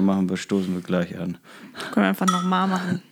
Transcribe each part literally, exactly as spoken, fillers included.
oder machen wir, stoßen wir gleich an? Können wir einfach nochmal machen.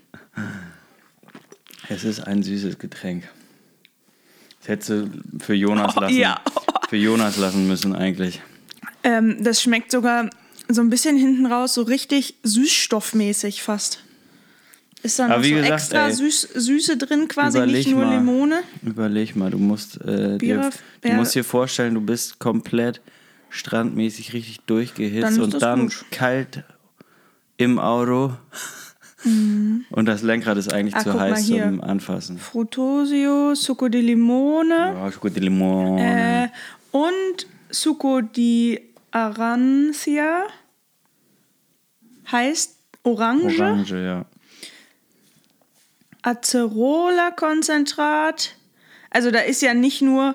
Es ist ein süßes Getränk. Das hättest du für Jonas Oh, lassen, ja. für Jonas lassen müssen eigentlich. Ähm, das schmeckt sogar so ein bisschen hinten raus, so richtig süßstoffmäßig fast. Ist da noch Aber wie so gesagt, extra ey, Süß, Süße drin, quasi Überleg nicht nur mal, Limone? Überleg mal, du musst, äh, dir, Bier- du ja. musst dir vorstellen, du bist komplett strandmäßig richtig durchgehitzt Dann ist und das dann gut. kalt im Auto. Mhm. Und das Lenkrad ist eigentlich Ah, zu guck mal heiß hier. zum Anfassen. Frutosio, Succo di Limone Ja, Succo di Limone. äh, und Succo di Arancia heißt Orange. Orange, ja. Acerola-Konzentrat. Also da ist ja nicht nur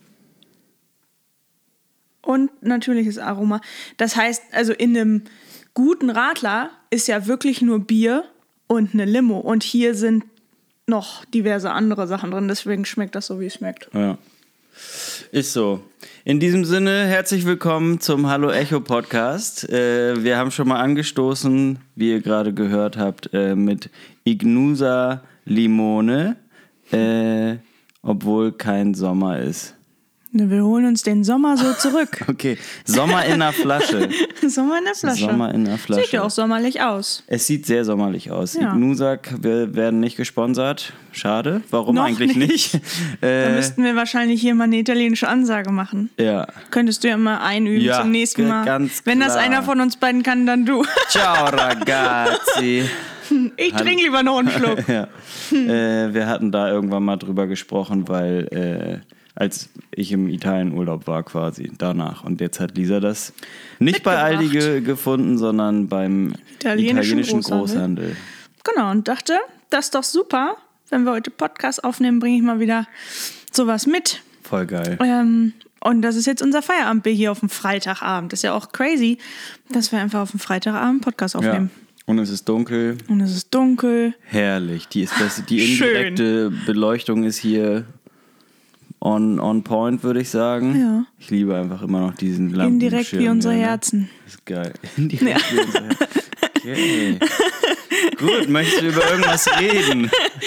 und natürliches Aroma. Das heißt, also in einem guten Radler ist ja wirklich nur Bier und eine Limo. Und hier sind noch diverse andere Sachen drin. Deswegen schmeckt das so, wie es schmeckt. Ja. Ist so. In diesem Sinne, herzlich willkommen zum Hallo Echo Podcast. Äh, wir haben schon mal angestoßen, wie ihr gerade gehört habt, äh, mit Ignusa Limone, äh, obwohl kein Sommer ist. Wir holen uns den Sommer so zurück. Okay, Sommer in der Flasche. Sommer in der Flasche. Sommer in der Flasche. Sieht ja auch sommerlich aus. Es sieht sehr sommerlich aus. Ja. Ignusa, wir werden nicht gesponsert. Schade. Warum Noch eigentlich nicht? nicht. Da äh, müssten wir wahrscheinlich hier mal eine italienische Ansage machen. ja. Könntest du ja mal einüben Ja, zum nächsten Mal. ganz Wenn das klar. einer von uns beiden kann, dann du. Ciao ragazzi. Ich trinke lieber noch einen Schluck. Ja. Äh, wir hatten da irgendwann mal drüber gesprochen, weil äh, als ich im Italienurlaub war quasi danach. Und jetzt hat Lisa das nicht bei Aldi ge- gefunden, sondern beim Italienischen italienischen Großhandel. Großhandel. Genau, und dachte, das ist doch super. Wenn wir heute Podcast aufnehmen, bringe ich mal wieder sowas mit. Voll geil. Ähm, und das ist jetzt unser Feierabendbier hier auf dem Freitagabend. Das ist ja auch crazy, dass wir einfach auf dem Freitagabend Podcast Ja. aufnehmen. Und es ist dunkel. Und es ist dunkel. Herrlich. Die, ist das, die Schön. indirekte Beleuchtung ist hier on, on point, würde ich sagen. Ja. Ich liebe einfach immer noch diesen Lampenschirm. Indirekt wie unsere hier, ne? Herzen. Das ist geil. Indirekt wie unsere Herzen. Okay. Gut, möchtest du über irgendwas reden?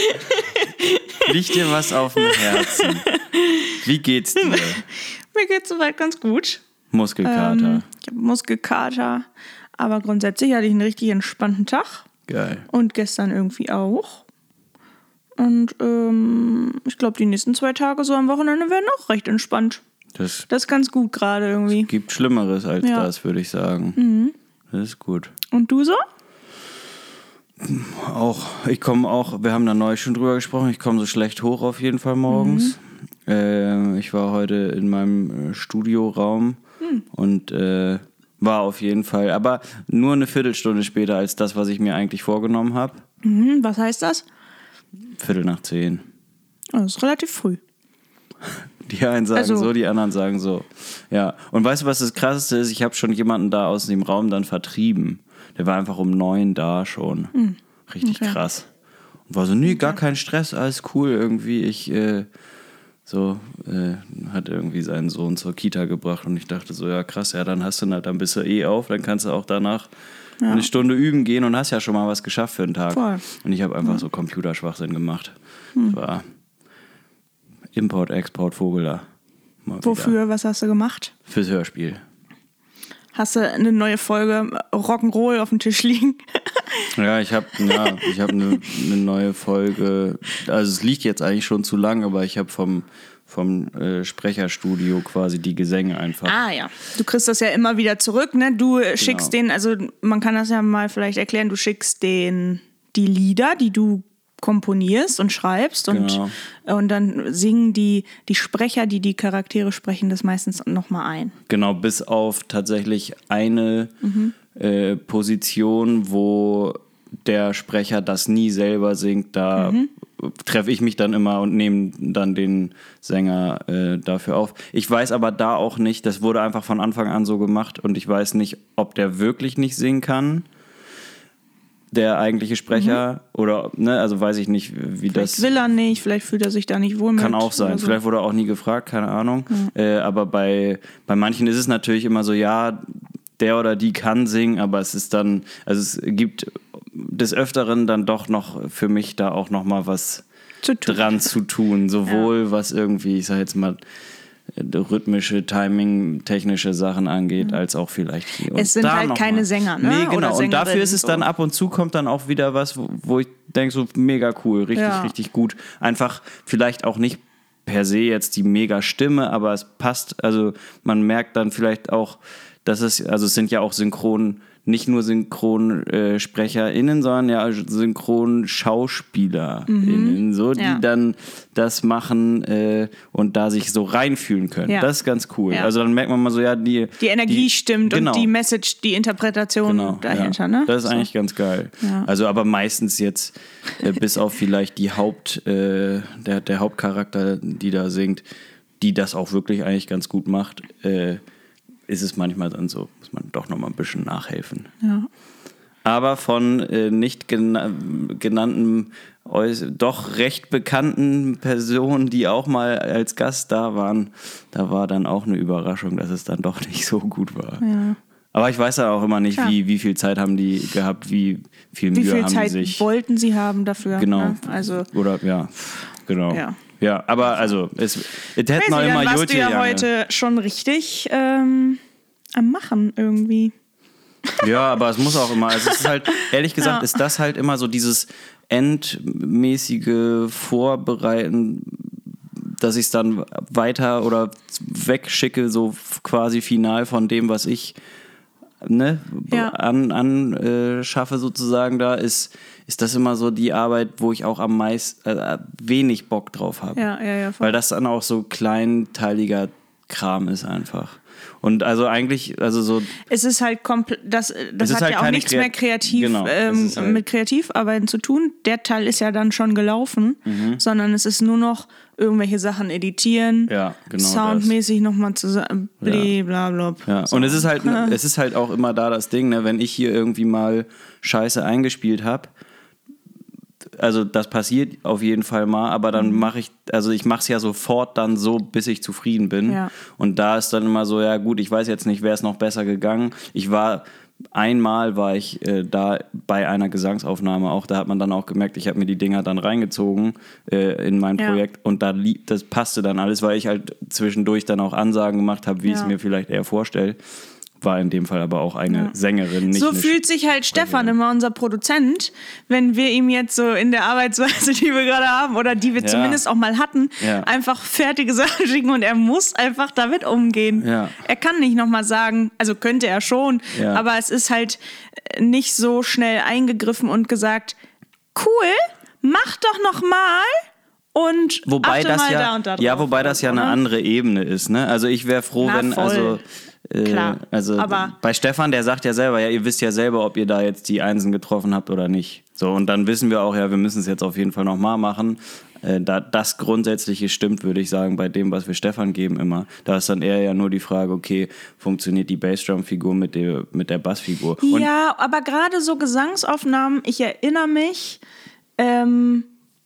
Liegt dir was auf dem Herzen? Wie geht's dir? Mir geht's soweit ganz gut. Muskelkater. Ähm, ich habe Muskelkater, aber grundsätzlich hatte ich einen richtig entspannten Tag. Geil. Und gestern irgendwie auch. Und ähm, ich glaube, die nächsten zwei Tage so am Wochenende werden auch recht entspannt. Das Das ist ganz gut gerade irgendwie. gibt Schlimmeres als Ja. das, würde ich sagen. Mhm. Das ist gut. Und du so? Auch, ich komme auch, wir haben da neulich schon drüber gesprochen, ich komme so schlecht hoch auf jeden Fall morgens. Mhm. Äh, ich war heute in meinem äh, Studioraum Mhm. und äh, war auf jeden Fall, aber nur eine Viertelstunde später als das, was ich mir eigentlich vorgenommen habe. Mhm, was heißt das? Viertel nach zehn. Oh, das ist relativ früh. Die einen sagen Also- so, die anderen sagen so. Ja, und weißt du, was das Krasseste ist? Ich habe schon jemanden da aus dem Raum dann vertrieben. Der war einfach um neun da schon. Mhm. Richtig Okay. krass. Und war so, nee, gar kein Stress, alles cool irgendwie. Ich, äh, so, äh, hat irgendwie seinen Sohn zur Kita gebracht und ich dachte so, ja krass, ja, dann hast du, dann bist du eh auf, dann kannst du auch danach Ja. eine Stunde üben gehen und hast ja schon mal was geschafft für den Tag. Voll. Und ich habe einfach so Computerschwachsinn gemacht. Das war Import, Export, Vogler. Mal wieder. Wofür? Was hast du gemacht? Fürs Hörspiel. Hast du eine neue Folge Rock'n'Roll auf dem Tisch liegen? Ja, ich habe ja, ich hab eine ne neue Folge. Also es liegt jetzt eigentlich schon zu lang, aber ich habe vom, vom äh, Sprecherstudio quasi die Gesänge einfach. Ah ja. Du kriegst das ja immer wieder zurück, ne? Du äh, schickst den, also man kann das ja mal vielleicht erklären, du schickst den die Lieder, die du komponierst und schreibst und, Genau. und dann singen die, die Sprecher, die die Charaktere sprechen, das meistens nochmal ein. Genau, bis auf tatsächlich eine äh, Position, wo der Sprecher das nie selber singt, da treffe ich mich dann immer und nehme dann den Sänger äh, dafür auf. Ich weiß aber da auch nicht, das wurde einfach von Anfang an so gemacht und ich weiß nicht, ob der wirklich nicht singen kann, der eigentliche Sprecher, oder, ne, also weiß ich nicht, wie Vielleicht das... will er nicht, vielleicht fühlt er sich da nicht wohl mit. Kann auch sein. oder so. Vielleicht wurde er auch nie gefragt, keine Ahnung. Äh, aber bei, bei manchen ist es natürlich immer so, ja, der oder die kann singen, aber es ist dann, also es gibt des Öfteren dann doch noch für mich da auch noch mal was zu dran zu tun. Sowohl ja. was irgendwie, ich sag jetzt mal, rhythmische, Timing, technische Sachen angeht, mhm. als auch vielleicht hier. Es sind halt keine mal. Sänger, ne? Nee, genau. Und dafür ist es so. Dann ab und zu kommt dann auch wieder was, wo, wo ich denke, so mega cool, richtig, ja. richtig gut. Einfach vielleicht auch nicht per se jetzt die mega Stimme, aber es passt, also man merkt dann vielleicht auch, dass es, also es sind ja auch synchron, nicht nur SynchronsprecherInnen, sondern ja SynchronschauspielerInnen, mhm. so, die ja. dann das machen äh, und da sich so reinfühlen können. Ja. Das ist ganz cool. Ja. Also dann merkt man mal so, ja, die... Die Energie die, stimmt genau. und die Message, die Interpretation genau, dahinter, ja. ne? Das ist so. eigentlich ganz geil. Ja. Also aber meistens jetzt, äh, bis auf vielleicht die Haupt, äh, der, der Hauptcharakter, die da singt, die das auch wirklich eigentlich ganz gut macht, äh, ist es manchmal dann so, muss man doch noch mal ein bisschen nachhelfen. Ja. Aber von äh, nicht gena- genannten, äuß- doch recht bekannten Personen, die auch mal als Gast da waren, da war dann auch eine Überraschung, dass es dann doch nicht so gut war. Ja. Aber ich weiß ja auch immer nicht, wie, wie viel Zeit haben die gehabt, wie viel Mühe wie viel haben Zeit die sich. wollten sie haben dafür. Genau. Ne? Also, Oder, ja, genau. Ja. Ja, aber also, es, es hätte noch immer warst du ja Jange. heute schon richtig ähm, am Machen irgendwie. Ja, aber es muss auch immer, also es ist halt, ehrlich gesagt, ja. ist das halt immer so dieses endmäßige Vorbereiten, dass ich es dann weiter oder wegschicke, so quasi final von dem, was ich ne, ja. an, an äh, schaffe sozusagen, da ist, ist das immer so die Arbeit, wo ich auch am meisten äh, wenig Bock drauf habe. Ja, ja, ja, weil das dann auch so kleinteiliger Kram ist einfach. Und also eigentlich, also so... Es ist halt komplett, das, das hat halt ja auch nichts Kreat- mehr kreativ genau, ähm, halt mit Kreativarbeiten zu tun. Der Teil ist ja dann schon gelaufen, mhm. sondern es ist nur noch irgendwelche Sachen editieren, ja, genau soundmäßig nochmal zusammen, bli, bla, bla. Ja. So. Und es ist halt, es ist halt auch immer da das Ding, ne, wenn ich hier irgendwie mal Scheiße eingespielt habe, also das passiert auf jeden Fall mal, aber dann mache ich, also ich mache es ja sofort dann so, bis ich zufrieden bin. Ja. Und da ist dann immer so, ja gut, ich weiß jetzt nicht, wäre es noch besser gegangen. Ich war, einmal war ich äh, da bei einer Gesangsaufnahme auch, da hat man dann auch gemerkt, ich habe mir die Dinger dann reingezogen äh, in mein ja. Projekt und da li- das passte dann alles, weil ich halt zwischendurch dann auch Ansagen gemacht habe, wie ja. ich es mir vielleicht eher vorstelle. War in dem Fall aber auch eine ja. Sängerin. Nicht so fühlt sich halt Stefan immer, unser Produzent, wenn wir ihm jetzt so in der Arbeitsweise, die wir gerade haben oder die wir ja. zumindest auch mal hatten, ja. einfach fertige Sachen schicken und er muss einfach damit umgehen. Ja. Er kann nicht nochmal sagen, also könnte er schon, ja. aber es ist halt nicht so schnell eingegriffen und gesagt, cool, mach doch nochmal. Und wobei achte das mal ja, da und da drauf. Ja, wobei das ja eine andere Ebene ist. Ne? Also ich wäre froh, Na, wenn... voll. also Klar, also aber bei Stefan, der sagt ja selber, ja, ihr wisst ja selber, ob ihr da jetzt die Einsen getroffen habt oder nicht. So, und dann wissen wir auch, ja, wir müssen es jetzt auf jeden Fall nochmal machen. Äh, da das Grundsätzliche stimmt, würde ich sagen, bei dem, was wir Stefan geben immer. Da ist dann eher ja nur die Frage, okay, funktioniert die Bassdrum-Figur mit der, mit der Bassfigur? Und ja, aber gerade so Gesangsaufnahmen, ich erinnere mich, ähm,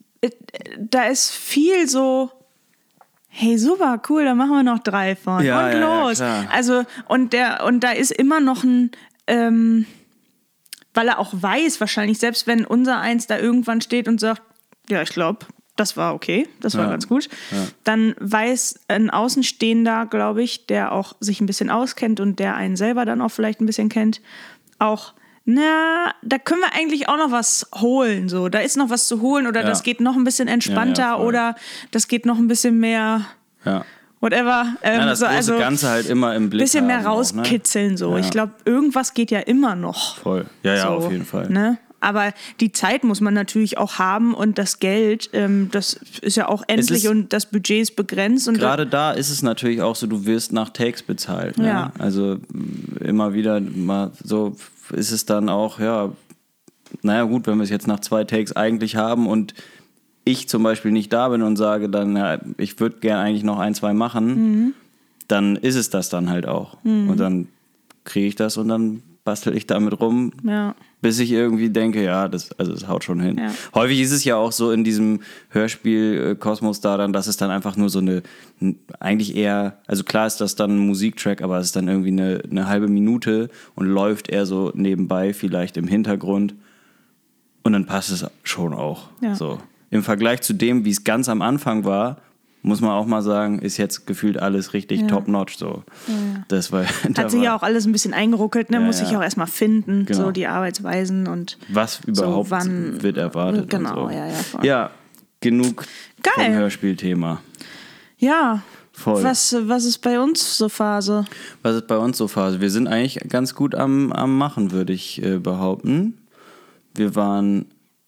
da ist viel so... Hey, super, cool, da machen wir noch drei von. Ja, und ja, los. Ja, also, und der, und da ist immer noch ein, ähm, weil er auch weiß, wahrscheinlich, selbst wenn unser Eins da irgendwann steht und sagt, ja, ich glaube, das war okay, das war ja, ganz gut, ja. dann weiß ein Außenstehender, glaube ich, der auch sich ein bisschen auskennt und der einen selber dann auch vielleicht ein bisschen kennt, auch, na, da können wir eigentlich auch noch was holen. So. Da ist noch was zu holen oder ja. das geht noch ein bisschen entspannter ja, ja, oder das geht noch ein bisschen mehr ja. whatever. Ähm, ja, das so, große also Ganze halt immer im Blick. Ein bisschen mehr haben rauskitzeln. Auch, ne? so. Ja. Ich glaube, irgendwas geht ja immer noch. Voll. Ja, ja, so, auf jeden Fall. Ne? Aber die Zeit muss man natürlich auch haben und das Geld, ähm, das ist ja auch endlich und das Budget ist begrenzt. Und gerade da ist es natürlich auch so, du wirst nach Takes bezahlt. Ne? Ja. Also immer wieder mal so ist es dann auch, ja, naja gut, wenn wir es jetzt nach zwei Takes eigentlich haben und ich zum Beispiel nicht da bin und sage dann, ja, ich würde gerne eigentlich noch ein, zwei machen, mhm. dann ist es das dann halt auch. Mhm. Und dann kriege ich das und dann bastel ich damit rum. Ja. bis ich irgendwie denke, ja, das, also das haut schon hin. Ja. Häufig ist es ja auch so in diesem Hörspiel-Kosmos da dann, dass es dann einfach nur so eine, eigentlich eher, also klar ist das dann ein Musiktrack, aber es ist dann irgendwie eine, eine halbe Minute und läuft eher so nebenbei, vielleicht im Hintergrund. Und dann passt es schon auch. Ja. So. Im Vergleich zu dem, wie es ganz am Anfang war, muss man auch mal sagen, ist jetzt gefühlt alles richtig Ja. top-notch. So. Ja, ja. Das war, da Hat sich ja war, auch alles ein bisschen eingeruckelt, ne? Ja, Muss ja. sich auch erstmal finden, Genau. so die Arbeitsweisen und was überhaupt so, wann, wird erwartet. Genau, und so. ja, ja. Voll. Ja, genug Geil. vom Hörspielthema. Ja, Voll. was, was ist bei uns so Phase? Was ist bei uns so Phase? Wir sind eigentlich ganz gut am, am Machen, würde ich äh, behaupten. Wir waren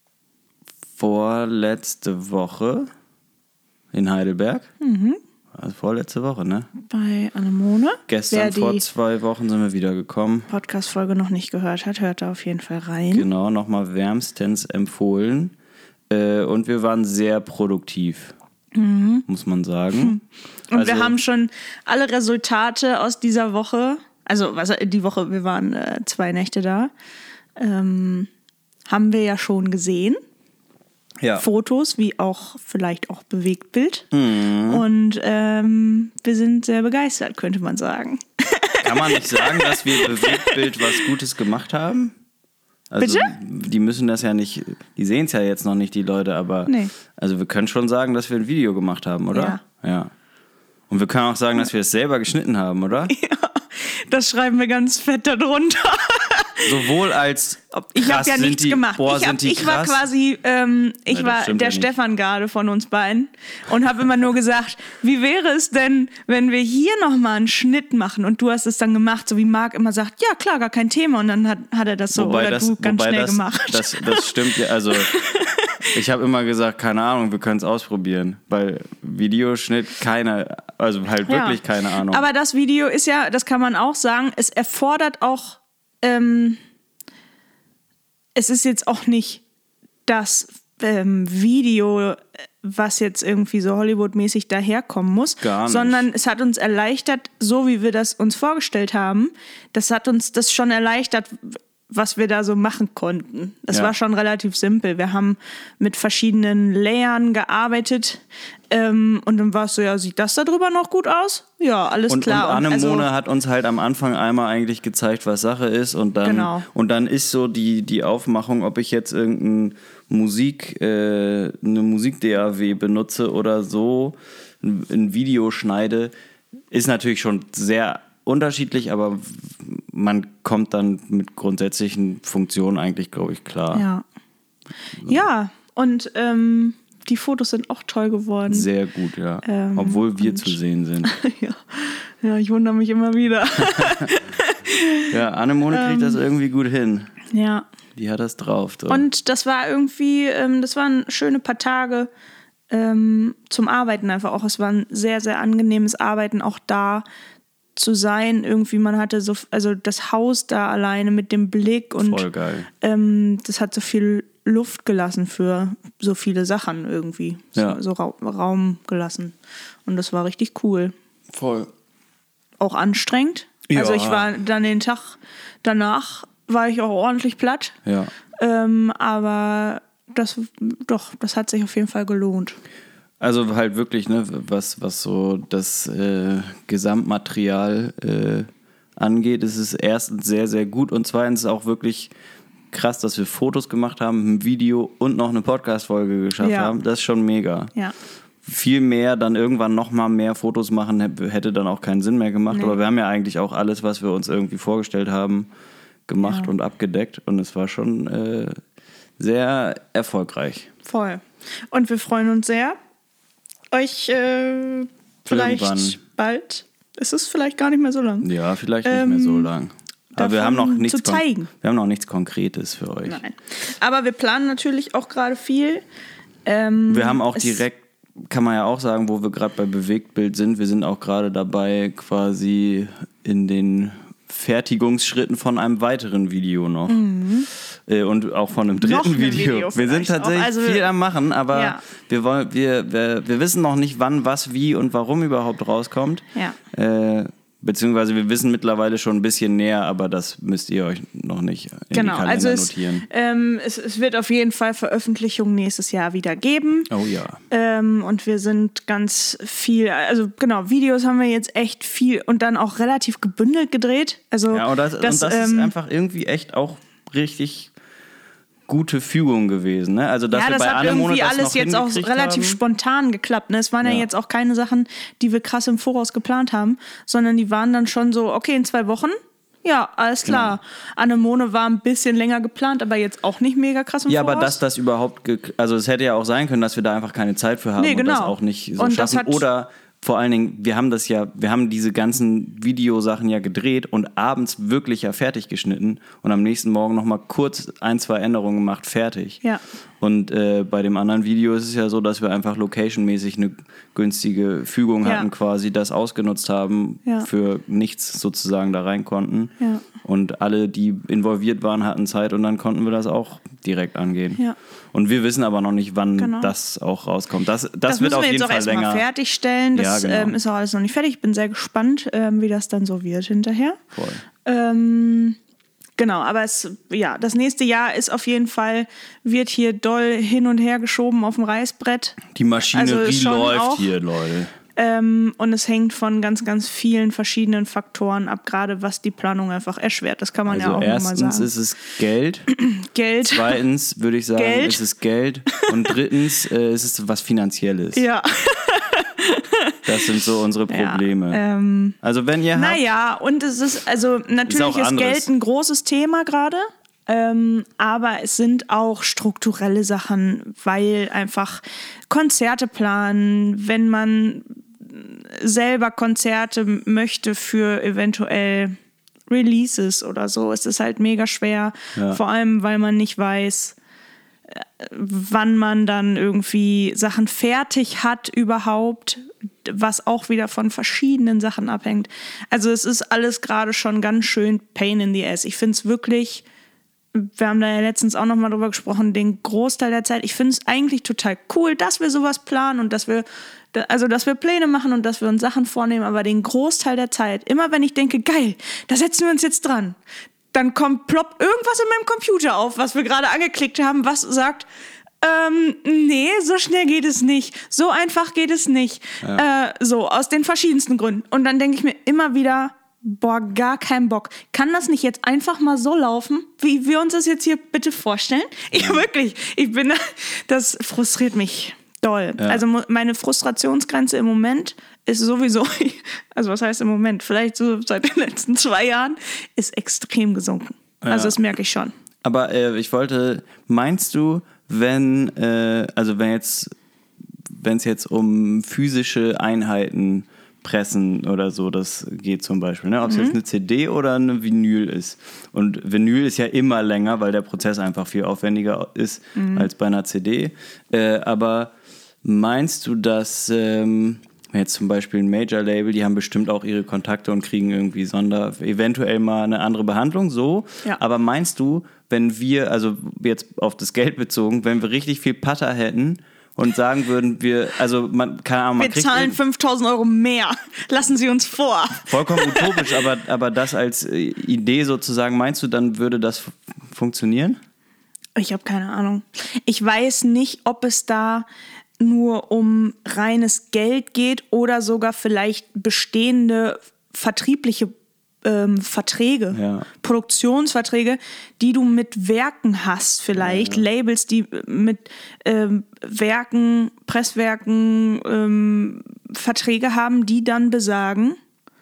vorletzte Woche in Heidelberg. Mhm. Also vorletzte Woche, ne? Bei Anemone. Gestern Wer vor die zwei Wochen sind wir wiedergekommen. Podcast-Folge noch nicht gehört hat, hört da auf jeden Fall rein. Genau, nochmal wärmstens empfohlen. Äh, und wir waren sehr produktiv, Mhm. muss man sagen. Und Also- wir haben schon alle Resultate aus dieser Woche, also was, die Woche, wir waren äh, zwei Nächte da, ähm, haben wir ja schon gesehen. Ja. Fotos, wie auch vielleicht auch Bewegtbild. Mhm. Und ähm, wir sind sehr begeistert, könnte man sagen. Kann man nicht sagen, dass wir Bewegtbild was Gutes gemacht haben? Also, Bitte? Die müssen das ja nicht, die sehen es ja jetzt noch nicht, die Leute, aber Nee. also wir können schon sagen, dass wir ein Video gemacht haben, oder? Ja. ja. Und wir können auch sagen, dass wir es selber geschnitten haben, oder? Das schreiben wir ganz fett darunter. Sowohl als Ich habe krass ja sind nichts die, gemacht. Boah, ich hab, sind die ich war krass. quasi, ähm, ich Ja, das war stimmt der ja nicht. Stefan gerade von uns beiden und habe immer nur gesagt, wie wäre es denn, wenn wir hier nochmal einen Schnitt machen? Und du hast es dann gemacht, so wie Marc immer sagt, ja klar, gar kein Thema. Und dann hat, hat er das so Wobei oder das, du ganz wobei schnell das, gemacht. Das, das stimmt ja, also ich habe immer gesagt, keine Ahnung, wir können es ausprobieren, weil Videoschnitt keine, also halt Ja. wirklich keine Ahnung. Aber das Video ist ja, das kann man auch sagen, es erfordert auch, ähm, es ist jetzt auch nicht das ähm, Video, was jetzt irgendwie so Hollywood-mäßig daherkommen muss, Gar nicht. sondern es hat uns erleichtert, so wie wir das uns vorgestellt haben, das hat uns das schon erleichtert, was wir da so machen konnten. Es Ja. war schon relativ simpel. Wir haben mit verschiedenen Layern gearbeitet ähm, und dann war es so, ja, sieht das da drüber noch gut aus? Ja, alles Und, klar. und Und Anemone also, hat uns halt am Anfang einmal eigentlich gezeigt, was Sache ist. Und dann, Genau. und dann ist so die, die Aufmachung, ob ich jetzt irgendein Musik, äh, eine Musik-D A W benutze oder so, ein, ein Video schneide, ist natürlich schon sehr unterschiedlich, aber man kommt dann mit grundsätzlichen Funktionen eigentlich, glaube ich, klar. ja. Ja, und ähm, die Fotos sind auch toll geworden. Sehr gut, ja. Ähm, Obwohl wir und- zu sehen sind. ja. ja, ich wundere mich immer wieder. Ja, Anemone kriegt das irgendwie gut hin. ja. Die hat das drauf. So. Und das war irgendwie, ähm, das waren schöne paar Tage ähm, zum Arbeiten einfach auch. Es war ein sehr, sehr angenehmes Arbeiten, auch da zu sein. Irgendwie, man hatte so, also das Haus da alleine mit dem Blick und Voll geil. ähm, das hat so viel Luft gelassen für so viele Sachen irgendwie. So, Ja. so Ra- Raum gelassen. Und das war richtig cool. Voll. Auch anstrengend. Also Ja. ich war dann den Tag danach, war ich auch ordentlich platt. Ja. Ähm, aber das, doch, das hat sich auf jeden Fall gelohnt. Also halt wirklich, ne, was, was so das äh, Gesamtmaterial äh, angeht, ist es erstens sehr, sehr gut und zweitens auch wirklich krass, dass wir Fotos gemacht haben, ein Video und noch eine Podcast-Folge geschafft Ja. haben. Das ist schon mega. Ja. Viel mehr, dann irgendwann nochmal mehr Fotos machen, hätte dann auch keinen Sinn mehr gemacht. Nee. Aber wir haben ja eigentlich auch alles, was wir uns irgendwie vorgestellt haben, gemacht Ja. und abgedeckt. Und es war schon äh, sehr erfolgreich. Voll. Und wir freuen uns sehr, euch äh, vielleicht Irgendwann. bald, es ist vielleicht gar nicht mehr so lang, Ja, vielleicht nicht Ähm, mehr so lang. Aber wir davon haben noch nichts zu zeigen. wir haben noch nichts Konkretes für euch. Nein. Aber wir planen natürlich auch gerade viel. Ähm, Wir haben auch es- direkt, kann man ja auch sagen, wo wir gerade bei Bewegtbild sind, wir sind auch gerade dabei, quasi in den Fertigungsschritten von einem weiteren Video noch. Äh, Und auch von einem dritten Mhm. Noch ein Video. Video Wir sind vielleicht auch. tatsächlich Also- viel am Machen, aber Ja. wir, wollen, wir, wir, wir wissen noch nicht, wann, was, wie und warum überhaupt rauskommt. Ja. Äh, Beziehungsweise wir wissen mittlerweile schon ein bisschen näher, aber das müsst ihr euch noch nicht in genau, die Kalender also es, notieren. Ähm, es, es wird auf jeden Fall Veröffentlichungen nächstes Jahr wieder geben. Oh ja. Ähm, und wir sind ganz viel, also genau, Videos haben wir jetzt echt viel und dann auch relativ gebündelt gedreht. Also ja, und das, das, und das ähm, ist einfach irgendwie echt auch richtig gute Fügung gewesen. Ne? Also, dass ja, wir das bei hat Anemone irgendwie das alles noch jetzt auch hingekriegt relativ haben. spontan geklappt. Ne? Es waren ja. ja jetzt auch keine Sachen, die wir krass im Voraus geplant haben, sondern die waren dann schon so, okay, in zwei Wochen. Ja, alles klar. Genau. Anemone war ein bisschen länger geplant, aber jetzt auch nicht mega krass im ja, Voraus. Ja, aber dass das überhaupt, ge- also es hätte ja auch sein können, dass wir da einfach keine Zeit für haben nee, genau. und das auch nicht so und schaffen. Oder vor allen Dingen, wir haben das ja, wir haben diese ganzen Videosachen ja gedreht und abends wirklich ja fertig geschnitten und am nächsten Morgen nochmal kurz ein, zwei Änderungen gemacht, fertig. Ja. Und äh, bei dem anderen Video ist es ja so, dass wir einfach locationmäßig eine günstige Fügung ja. hatten, quasi das ausgenutzt haben, ja. für nichts sozusagen da rein konnten. Ja. Und alle, die involviert waren, hatten Zeit und dann konnten wir das auch direkt angehen. Ja. Und wir wissen aber noch nicht, wann genau. das auch rauskommt. Das, das, das wird auf jeden Fall länger. Das müssen wir jetzt auch erstmal fertigstellen. Das ja, genau. ähm, ist auch alles noch nicht fertig. Ich bin sehr gespannt, ähm, wie das dann so wird hinterher. Voll. Ähm, genau, aber es, ja, das nächste Jahr ist auf jeden Fall, wird hier doll hin und her geschoben auf dem Reißbrett. Die Maschinerie also läuft auch, hier, Leute. Ähm, und es hängt von ganz, ganz vielen verschiedenen Faktoren ab, gerade was die Planung einfach erschwert. Das kann man also ja auch nochmal sagen. Erstens ist es Geld. Geld. Zweitens würde ich sagen, Geld. ist es Geld. Und drittens äh, ist es was Finanzielles. Ja. Das sind so unsere Probleme. Ja, ähm, also wenn ihr habt... Naja, und es ist, also natürlich ist, ist Geld ein großes Thema gerade. Ähm, aber es sind auch strukturelle Sachen, weil einfach Konzerte planen, wenn man selber Konzerte möchte für eventuell Releases oder so, ist es halt mega schwer. Ja. Vor allem, weil man nicht weiß, wann man dann irgendwie Sachen fertig hat überhaupt, was auch wieder von verschiedenen Sachen abhängt. Also es ist alles gerade schon ganz schön pain in the ass. Ich finde es wirklich... Wir haben da ja letztens auch nochmal drüber gesprochen, den Großteil der Zeit. Ich finde es eigentlich total cool, dass wir sowas planen und dass wir, also dass wir Pläne machen und dass wir uns Sachen vornehmen, aber den Großteil der Zeit, immer wenn ich denke, geil, da setzen wir uns jetzt dran, dann kommt ploppt irgendwas in meinem Computer auf, was wir gerade angeklickt haben, was sagt, ähm, nee, so schnell geht es nicht, so einfach geht es nicht, ja. äh, so, aus den verschiedensten Gründen. Und dann denke ich mir immer wieder, boah, gar keinen Bock. Kann das nicht jetzt einfach mal so laufen, wie wir uns das jetzt hier bitte vorstellen? Ich ja. wirklich, ich bin, das frustriert mich doll. Ja. Also meine Frustrationsgrenze im Moment ist sowieso, also was heißt im Moment? Vielleicht so seit den letzten zwei Jahren, ist extrem gesunken. Ja. Also das merke ich schon. Aber äh, ich wollte, meinst du, wenn, äh, also wenn jetzt, wenn es jetzt um physische Einheiten Pressen oder so, das geht zum Beispiel. Ne? Ob es mhm. jetzt eine C D oder eine Vinyl ist. Und Vinyl ist ja immer länger, weil der Prozess einfach viel aufwendiger ist mhm. als bei einer C D. Äh, aber meinst du, dass ähm, jetzt zum Beispiel ein Major-Label, die haben bestimmt auch ihre Kontakte und kriegen irgendwie Sonder, eventuell mal eine andere Behandlung, so. Ja. Aber meinst du, wenn wir, also jetzt auf das Geld bezogen, wenn wir richtig viel Patter hätten, und sagen würden, wir, also man, keine Ahnung, man wir zahlen fünftausend Euro mehr. Lassen Sie uns vor. Vollkommen utopisch, aber, aber das als Idee sozusagen, meinst du, dann würde das f- funktionieren? Ich habe keine Ahnung. Ich weiß nicht, ob es da nur um reines Geld geht oder sogar vielleicht bestehende vertriebliche Ähm, Verträge, ja. Produktionsverträge, die du mit Werken hast vielleicht, ja, ja. Labels, die mit ähm, Werken, Presswerken ähm, Verträge haben, die dann besagen,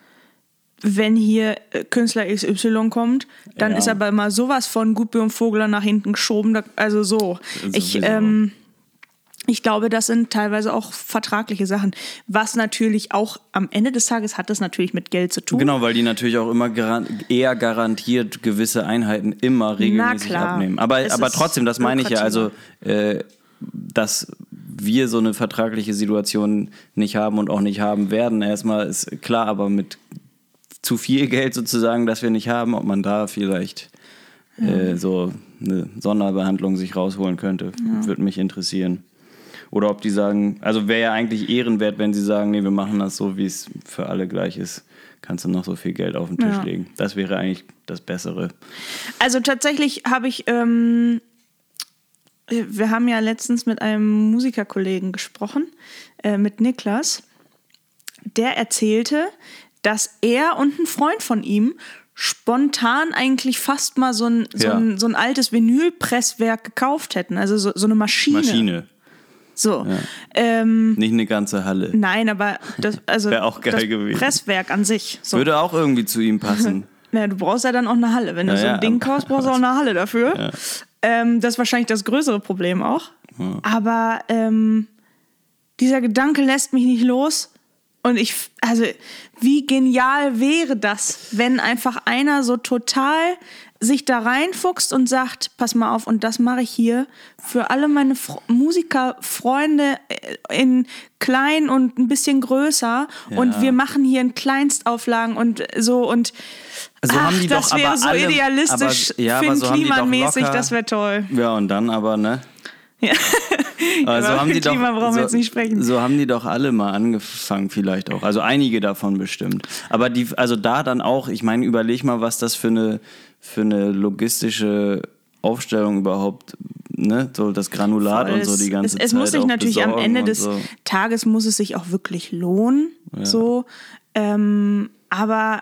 wenn hier Künstler X Y kommt, dann ja. ist aber immer sowas von Gutbür und Vogler nach hinten geschoben, also so. Ich, ähm, Ich glaube, das sind teilweise auch vertragliche Sachen, was natürlich auch am Ende des Tages hat das natürlich mit Geld zu tun. Genau, weil die natürlich auch immer gar- eher garantiert gewisse Einheiten immer regelmäßig abnehmen. Aber, aber trotzdem, das meine ich ja, also äh, dass wir so eine vertragliche Situation nicht haben und auch nicht haben werden, erstmal ist klar, aber mit zu viel Geld sozusagen, das wir nicht haben, ob man da vielleicht ja. äh, so eine Sonderbehandlung sich rausholen könnte, ja. würde mich interessieren. Oder ob die sagen, also wäre ja eigentlich ehrenwert, wenn sie sagen, nee, wir machen das so, wie es für alle gleich ist. Kannst du noch so viel Geld auf den Tisch Ja. legen. Das wäre eigentlich das Bessere. Also tatsächlich habe ich, ähm, wir haben ja letztens mit einem Musikerkollegen gesprochen, äh, mit Niklas. Der erzählte, dass er und ein Freund von ihm spontan eigentlich fast mal so ein, so Ja. ein, so ein altes Vinylpresswerk gekauft hätten. Also so, so eine Maschine. Maschine. So. Ähm, Nicht eine ganze Halle. nein, aber das, also Wär auch geil das gewesen. Presswerk an sich. So. Würde auch irgendwie zu ihm passen. Naja, du brauchst ja dann auch eine Halle. Wenn du Ja, so ein ja, Ding aber- kaufst, brauchst du auch eine Halle dafür. Ja. Ähm, das ist wahrscheinlich das größere Problem auch. Aber ähm, dieser Gedanke lässt mich nicht los. Und ich, also, wie genial wäre das, wenn einfach einer so total sich da reinfuchst und sagt, pass mal auf, und das mache ich hier für alle meine Fr- Musikerfreunde in klein und ein bisschen größer Ja. und wir machen hier in Kleinstauflagen und so und So ach, haben die das doch wäre aber so alle- idealistisch, aber- ja, aber Finn so haben die doch Kliman-mäßig, locker- das wäre toll. Ja, und dann aber, ne? Ja. Aber so Über haben die doch, Klima brauchen so, wir jetzt nicht sprechen. so haben die doch alle mal angefangen, vielleicht auch. Also einige davon bestimmt. Aber die, also da dann auch, ich meine, überleg mal, was das für eine, für eine logistische Aufstellung überhaupt, ne? So das Granulat Voll. und so die ganze es, Zeit. es muss sich auch natürlich am besorgen Ende und des so. Tages muss es sich auch wirklich lohnen. So, ähm, aber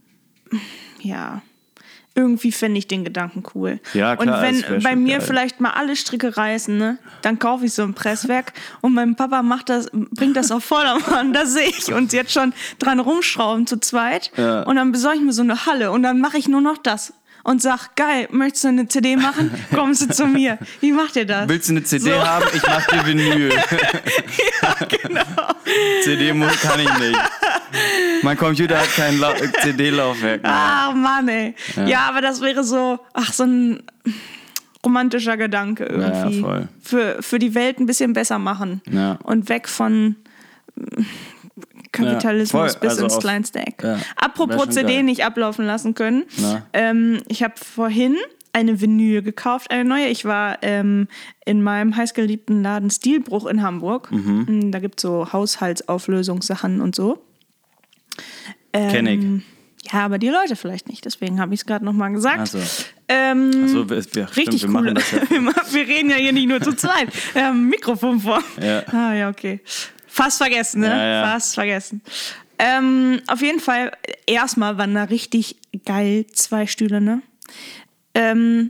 ja, irgendwie finde ich den Gedanken cool. Ja, klar, und es wär wenn bei schon mir geil. vielleicht mal alle Stricke reißen, ne, dann kaufe ich so ein Presswerk und mein Papa macht das, bringt das auf Vordermann. Da sehe ich uns jetzt schon dran rumschrauben zu zweit. Ja. Und dann besorge ich mir so eine Halle und dann mache ich nur noch das. Und sag, geil, möchtest du eine C D machen? Kommst du zu mir. Wie macht ihr das? Willst du eine C D So. haben? Ich mach dir Vinyl. Ja, genau. C D muss, kann ich nicht. Mein Computer hat kein Lau- C D-Laufwerk mehr. Ach Mann, ey. Ja. ja, aber das wäre so, ach, so ein romantischer Gedanke irgendwie. Ja, voll. Für, für die Welt ein bisschen besser machen. Ja. Und weg von mm, Kapitalismus Ja, voll. bis Also ins auf- kleinste Eck. ja. Wär Apropos schon C D geil. nicht ablaufen lassen können. Na? Ähm, ich habe vorhin eine Vinyl gekauft, eine neue. Ich war ähm, in meinem heißgeliebten Laden Stilbruch in Hamburg. Mhm. Da gibt es so Haushaltsauflösungssachen und so. Ähm, Kenn ich. Ja, aber die Leute vielleicht nicht. Deswegen habe ich es gerade nochmal gesagt. Ach so. Ähm, Ach so, wir, wir, richtig stimmt, wir cool. machen das ja. Wir reden ja hier nicht nur zu zweit. Wir haben ein Mikrofon vor. Ja. Ah, ja, okay. Fast vergessen, ne? Ja, ja. Fast vergessen. Ähm, auf jeden Fall, erstmal waren da richtig geil zwei Stühle, ne? Ähm,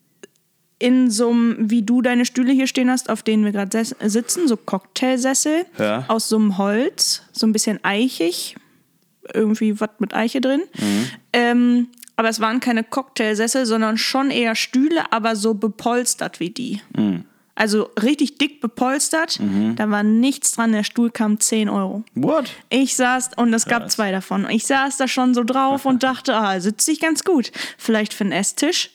in so einem, wie du deine Stühle hier stehen hast, auf denen wir gerade ses- sitzen, so Cocktailsessel Ja. aus so einem Holz, so ein bisschen eichig, irgendwie was mit Eiche drin. Mhm. Ähm, aber es waren keine Cocktailsessel, sondern schon eher Stühle, aber so bepolstert wie die. Mhm. Also richtig dick bepolstert, da war nichts dran, der Stuhl kam zehn Euro. What? Ich saß, und es gab Krass. zwei davon, ich saß da schon so drauf und dachte, ah, sitzt sich ganz gut. Vielleicht für einen Esstisch.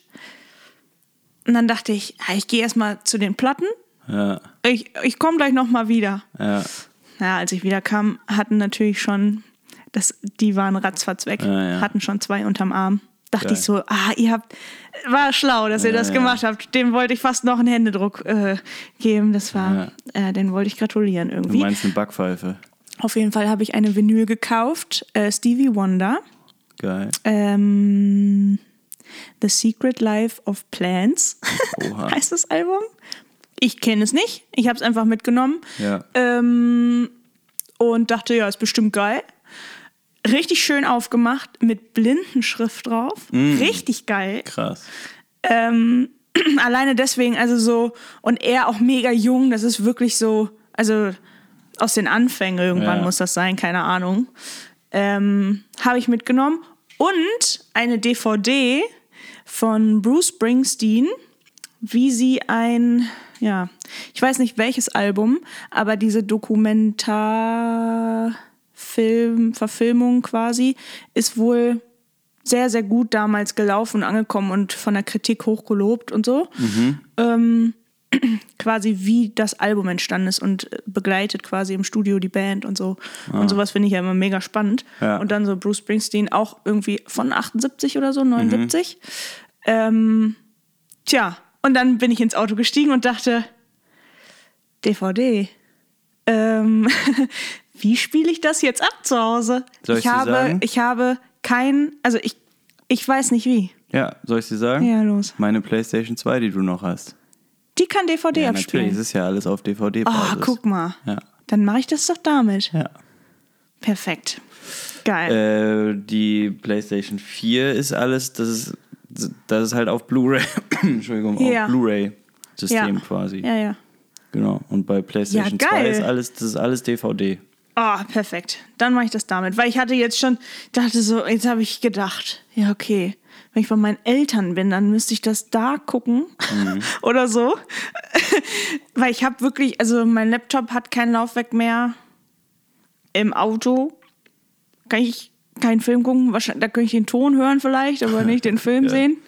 Und dann dachte ich, ah, ich gehe erstmal zu den Platten. Ja, Ich, ich komme gleich nochmal wieder. ja. Ja, als ich wieder kam, hatten natürlich schon, das, die waren ratzfatz weg, Ja, ja. hatten schon zwei unterm Arm. Dachte Geil. ich so, ah, ihr habt, war schlau, dass ihr Ja, das ja. gemacht habt. Dem wollte ich fast noch einen Händedruck äh, geben. Das war, äh, den wollte ich gratulieren Du irgendwie. meinst eine Backpfeife. Auf jeden Fall habe ich eine Vinyl gekauft, äh, Stevie Wonder. Geil. Ähm, The Secret Life of Plants Oha. heißt das Album. Ich kenne es nicht. Ich habe es einfach mitgenommen. Ja. Ähm, und dachte, ja, ist bestimmt geil. Richtig schön aufgemacht, mit Blindenschrift drauf. Richtig geil. Krass. Ähm, alleine deswegen, also so, und er auch mega jung, das ist wirklich so, also aus den Anfängen irgendwann Ja. muss das sein, keine Ahnung. Ähm, habe ich mitgenommen. Und eine D V D von Bruce Springsteen, wie sie ein, ja, ich weiß nicht welches Album, aber diese Dokumentarfilm, Verfilmung quasi, ist wohl sehr, sehr gut damals gelaufen und angekommen und von der Kritik hochgelobt und so. Ähm, quasi wie das Album entstanden ist und begleitet quasi im Studio die Band und so. Und sowas finde ich ja immer mega spannend. Ja. Und dann so Bruce Springsteen auch irgendwie von achtundsiebzig oder so, neunundsiebzig. Ähm, tja, und dann bin ich ins Auto gestiegen und dachte, D V D. Ähm, wie spiele ich das jetzt ab zu Hause? Soll ich ich dir habe, sagen? ich habe kein, also ich, ich weiß nicht wie. Ja, soll ich dir sagen? Ja, los. Meine PlayStation zwei, die du noch hast. Die kann D V D Ja, abspielen. natürlich, es ist ja alles auf D V D-Basis. Oh, guck mal. Ja. Dann mache ich das doch damit. Ja. Perfekt. Geil. Äh, die PlayStation vier ist alles, das ist, das ist halt auf Blu-ray, Entschuldigung, Ja. auf Blu-ray-System Ja. quasi. Ja, ja. Genau. Und bei PlayStation Ja, zwei geil. ist alles, das ist alles D V D. Oh, perfekt. Dann mache ich das damit. Weil ich hatte jetzt schon, dachte so, jetzt habe ich gedacht, ja, okay, wenn ich bei meinen Eltern bin, dann müsste ich das da gucken Mhm. oder so. Weil ich habe wirklich, also mein Laptop hat kein Laufwerk mehr. Im Auto kann ich keinen Film gucken. Wahrscheinlich, da könnte ich den Ton hören vielleicht, aber nicht den Film Ja. sehen.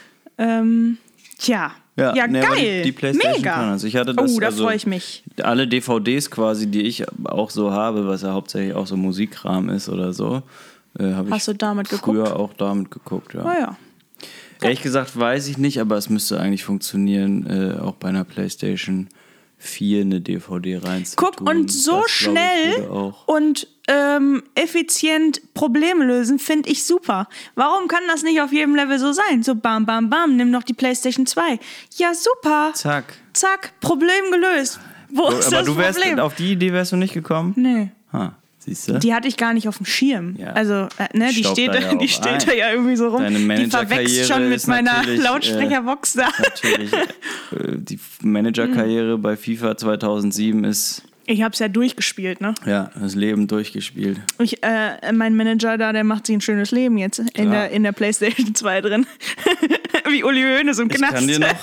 Ähm, tja. Ja, nee, aber geil. Die, die PlayStation Mega. kann das. Ich hatte das, oh, da also, freue ich mich. alle D V Ds quasi, die ich auch so habe, was ja hauptsächlich auch so Musikkram ist oder so, äh, habe ich Hast du damit früher geguckt? auch damit geguckt. Ja. Oh ja. Ehrlich gesagt weiß ich nicht, aber es müsste eigentlich funktionieren, äh, auch bei einer PlayStation vier eine D V D reinzutun. Guck, und so Das, glaub ich, schnell würde auch. und ähm, effizient Probleme lösen, finde ich super. Warum kann das nicht auf jedem Level so sein? So bam, bam, bam, nimm noch die PlayStation zwei. Ja, super. Zack. Zack, Problem gelöst. Wo ist Aber das du wärst, Problem? auf die Idee wärst du nicht gekommen? Nee. Ha, siehst du? Die hatte ich gar nicht auf dem Schirm. Ja. Also, äh, ne, die Staubt steht, da da, ja die auch steht ein. da ja irgendwie so rum. Deine Die verwächst Managerkarriere schon mit ist meiner natürlich, Lautsprecherbox da. Natürlich. äh, Die Managerkarriere bei FIFA zweitausendsieben ist, Ich hab's ja durchgespielt, ne? ja, das Leben durchgespielt. Ich, äh, mein Manager da, der macht sich ein schönes Leben jetzt in Klar. der, in der PlayStation zwei drin. Wie Uli Hoeneß im Ich Knast. kann dir noch,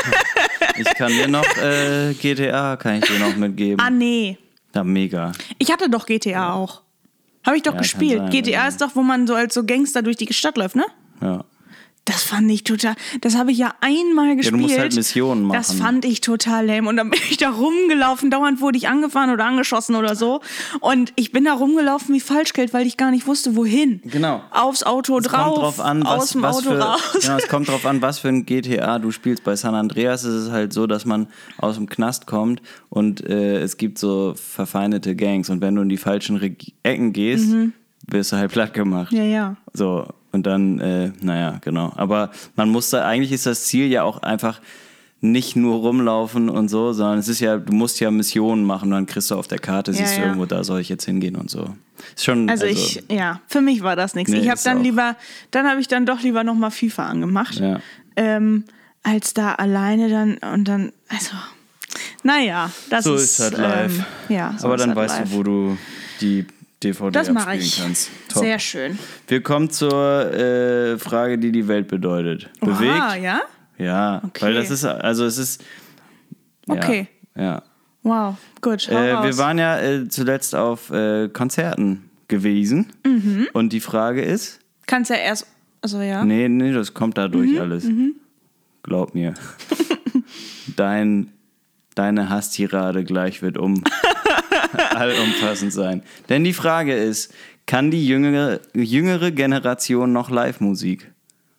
ich kann dir noch äh, G T A, kann ich dir noch mitgeben. Ah, nee. Ja, mega. Ich hatte doch G T A auch. Habe ich doch Ja, kann gespielt. sein, G T A also. ist doch, wo man so als so Gangster durch die Stadt läuft, ne? Ja. Das fand ich total. Das habe ich ja einmal gespielt. du musst halt Missionen machen. Das fand ich total lame. Und dann bin ich da rumgelaufen. Dauernd wurde ich angefahren oder angeschossen oder so. Und ich bin da rumgelaufen wie Falschgeld, weil ich gar nicht wusste, wohin. Genau. Aufs Auto Es drauf, kommt drauf an, aus was, dem was Auto für, raus. genau, es kommt drauf an, was für ein G T A du spielst. Bei San Andreas ist es halt so, dass man aus dem Knast kommt und äh, es gibt so verfeindete Gangs. Und wenn du in die falschen Re- Ecken gehst, wirst du halt platt gemacht. Ja, ja. So, und dann, äh, naja, genau. Aber man muss da, eigentlich ist das Ziel ja auch einfach nicht nur rumlaufen und so, sondern es ist ja, du musst ja Missionen machen, dann kriegst du auf der Karte, Ja, siehst du ja. irgendwo, da soll ich jetzt hingehen und so. Ist schon, Also, also, ich, ja, für mich war das nichts. Nee, ich habe ist dann auch- lieber, dann habe ich dann doch lieber nochmal FIFA angemacht, Ja. ähm, als da alleine dann und dann, also, naja, das So ist, ist halt live. Ähm, ja, so aber ist dann halt weißt live. du, wo du die D V D Das mache abspielen ich. kannst. Top. Sehr schön. Wir kommen zur äh, Frage, die die Welt bedeutet. Bewegt? Aha, ja? Ja, Okay. weil das ist, also es ist, ja, Okay. ja. Wow, gut. Hau Äh, raus. wir waren ja äh, zuletzt auf äh, Konzerten gewesen. Mhm. Und die Frage ist, Kannst ja erst, also ja. nee, nee, das kommt dadurch Mhm, alles. Glaub mir. Dein, deine Hasstirade gleich wird um allumfassend sein. Denn die Frage ist, kann die jüngere, jüngere Generation noch Live-Musik?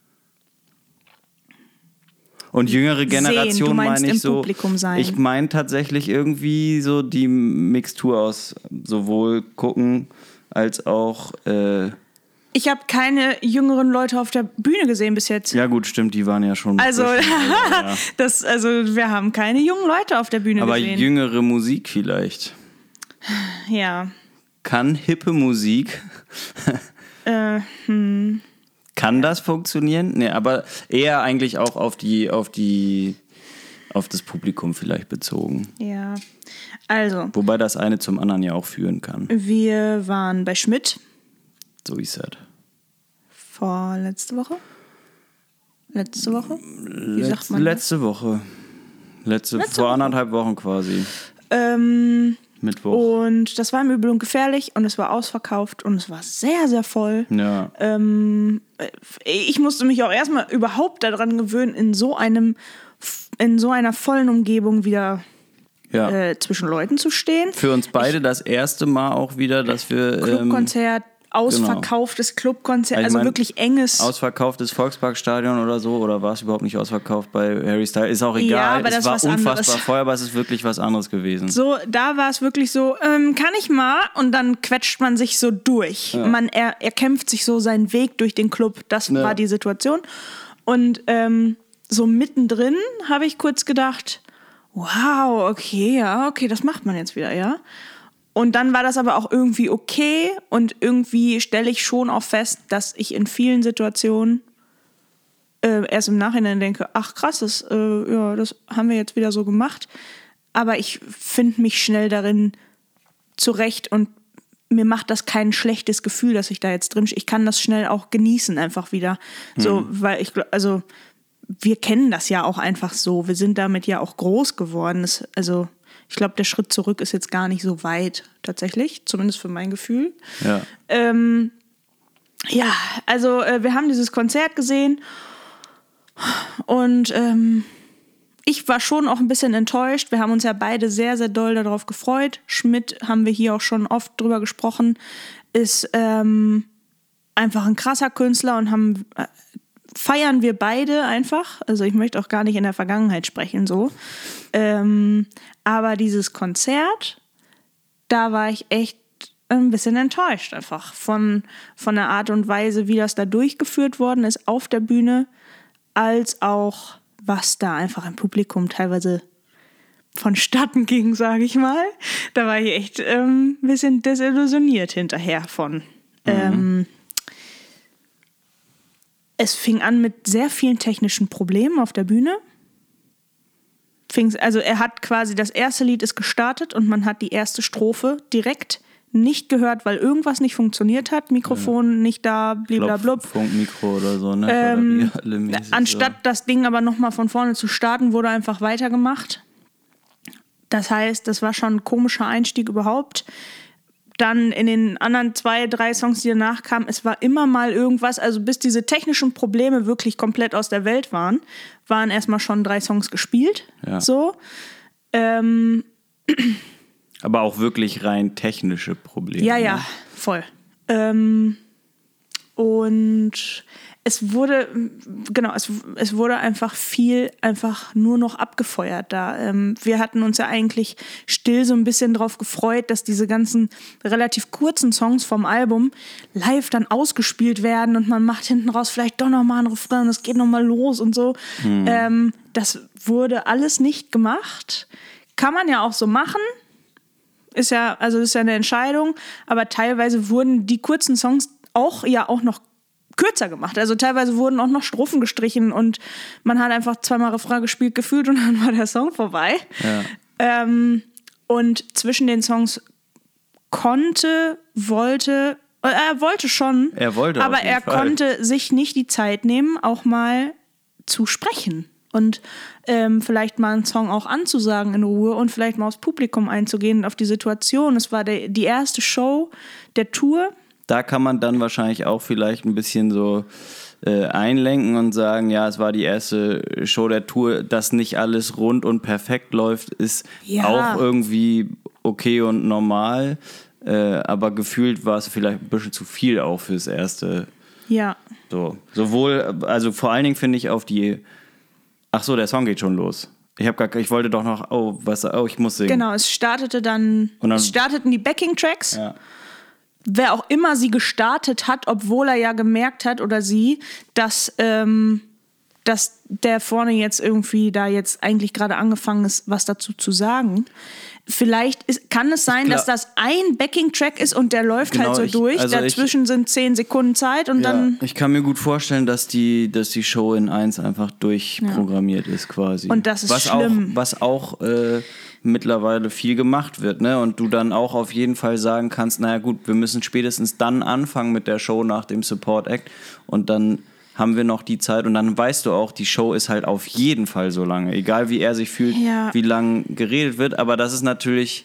Und jüngere Generation du meinst meine im ich so, Publikum sein. ich meine tatsächlich irgendwie so die Mixtur aus sowohl gucken als auch, äh, Ich habe keine jüngeren Leute auf der Bühne gesehen bis jetzt. ja gut, stimmt, die waren ja schon. Also, frisch, aber, ja. das, also wir haben keine jungen Leute auf der Bühne aber gesehen. jüngere Musik vielleicht. ja. Kann hippe Musik, Äh, hm. kann das funktionieren? Nee, aber eher eigentlich auch auf die, auf die, auf das Publikum vielleicht bezogen. Ja. Also, Wobei das eine zum anderen ja auch führen kann. wir waren bei Schmidt So ist es. vorletzte Woche. Letzte Woche? Wie sagt Letzte, man das? letzte Woche. Letzte, Letzte vor Woche. anderthalb Wochen quasi. Ähm, Mittwoch. und das war im Übel und gefährlich und es war ausverkauft und es war sehr, sehr voll. Ja. Ähm, ich musste mich auch erstmal überhaupt daran gewöhnen, in so einem, in so einer vollen Umgebung wieder ja. äh, zwischen Leuten zu stehen. Für uns beide das erste Mal auch wieder, dass wir. Ähm, Clubkonzert, ausverkauftes genau. Clubkonzert, ich also mein, wirklich enges. Ausverkauftes Volksparkstadion oder so, oder war es überhaupt nicht ausverkauft bei Harry Styles? Ist auch egal, ja, aber es das war was unfassbar anderes. voll, aber es ist wirklich was anderes gewesen. So, da war es wirklich so, ähm, kann ich mal? Und dann quetscht man sich so durch. Ja. Man, er, er kämpft sich so seinen Weg durch den Club, das ja. war die Situation. Und ähm, so mittendrin habe ich kurz gedacht, wow, okay, ja, okay, das macht man jetzt wieder, ja. Und dann war das aber auch irgendwie okay und irgendwie stelle ich schon auch fest, dass ich in vielen Situationen äh, erst im Nachhinein denke, ach krass, das, äh, ja, das haben wir jetzt wieder so gemacht. Aber ich finde mich schnell darin zurecht und mir macht das kein schlechtes Gefühl, dass ich da jetzt drin stehe. Ich kann das schnell auch genießen einfach wieder. Mhm. So, weil ich, also wir kennen das ja auch einfach so. Wir sind damit ja auch groß geworden. Das, also ich glaube, der Schritt zurück ist jetzt gar nicht so weit, tatsächlich, zumindest für mein Gefühl. Ja, ähm, ja also äh, wir haben dieses Konzert gesehen und ähm, ich war schon auch ein bisschen enttäuscht. Wir haben uns ja beide sehr, sehr doll darauf gefreut. Schmidt, haben wir hier auch schon oft drüber gesprochen, ist ähm, einfach ein krasser Künstler und haben... Äh, feiern wir beide einfach. Also ich möchte auch gar nicht in der Vergangenheit sprechen, so. Ähm, aber dieses Konzert, da war ich echt ein bisschen enttäuscht einfach von, von der Art und Weise, wie das da durchgeführt worden ist auf der Bühne, als auch, was da einfach im Publikum teilweise vonstatten ging, sage ich mal. Da war ich echt ähm, ein bisschen desillusioniert hinterher von. Mhm. Ähm, Es fing an mit sehr vielen technischen Problemen auf der Bühne. Fing's, also er hat quasi, das erste Lied ist gestartet und man hat die erste Strophe direkt nicht gehört, weil irgendwas nicht funktioniert hat. Mikrofon ja. nicht da, bliblablub. Funkmikro oder so, ne? Ähm, anstatt so. Das Ding aber nochmal von vorne zu starten, wurde einfach weitergemacht. Das heißt, das war schon ein komischer Einstieg überhaupt. Dann in den anderen zwei, drei Songs, die danach kamen, es war immer mal irgendwas, also bis diese technischen Probleme wirklich komplett aus der Welt waren, waren erstmal schon drei Songs gespielt. Ja. So. Ähm. Aber auch wirklich rein technische Probleme. Ja, ja, voll. Ähm, und es wurde, genau, es, es wurde einfach viel einfach nur noch abgefeuert da. Ähm, wir hatten uns ja eigentlich still so ein bisschen drauf gefreut, dass diese ganzen relativ kurzen Songs vom Album live dann ausgespielt werden und man macht hinten raus vielleicht doch nochmal einen Refrain und es geht nochmal los und so. Hm. Ähm, das wurde alles nicht gemacht. Kann man ja auch so machen. Ist ja, also ist ja eine Entscheidung, aber teilweise wurden die kurzen Songs auch ja auch noch kürzer gemacht. Also teilweise wurden auch noch Strophen gestrichen und man hat einfach zweimal Refrain gespielt gefühlt und dann war der Song vorbei. Ja. Ähm, und zwischen den Songs konnte, wollte, äh, er wollte schon, er wollte aber er Fall. konnte sich nicht die Zeit nehmen, auch mal zu sprechen. Und ähm, vielleicht mal einen Song auch anzusagen in Ruhe und vielleicht mal aufs Publikum einzugehen und auf die Situation. Es war der, die erste Show der Tour. Da kann man dann wahrscheinlich auch vielleicht ein bisschen so äh, einlenken und sagen, ja, es war die erste Show der Tour, dass nicht alles rund und perfekt läuft, ist ja auch irgendwie okay und normal. Äh, aber gefühlt war es vielleicht ein bisschen zu viel auch fürs erste. Ja. So, sowohl, also vor allen Dingen finde ich auf die. Ach so, der Song geht schon los. Ich habe gar, ich wollte doch noch, oh, was, oh, ich muss singen. Genau, es startete dann, dann es starteten die Backing-Tracks. Ja. Wer auch immer sie gestartet hat, obwohl er ja gemerkt hat oder sie, dass, ähm, dass der vorne jetzt irgendwie da jetzt eigentlich gerade angefangen ist, was dazu zu sagen. Vielleicht ist, kann es sein, dass das ein Backing-Track ist und der läuft genau, halt so ich, durch. Also Dazwischen ich, sind zehn Sekunden Zeit und ja, dann... Ich kann mir gut vorstellen, dass die, dass die Show in eins einfach durchprogrammiert ja. ist quasi. Und das ist was schlimm. Auch, was auch äh, mittlerweile viel gemacht wird, ne? Und du dann auch auf jeden Fall sagen kannst, naja gut, wir müssen spätestens dann anfangen mit der Show nach dem Support Act und dann haben wir noch die Zeit und dann weißt du auch, die Show ist halt auf jeden Fall so lange, egal wie er sich fühlt, ja. wie lang geredet wird, aber das ist natürlich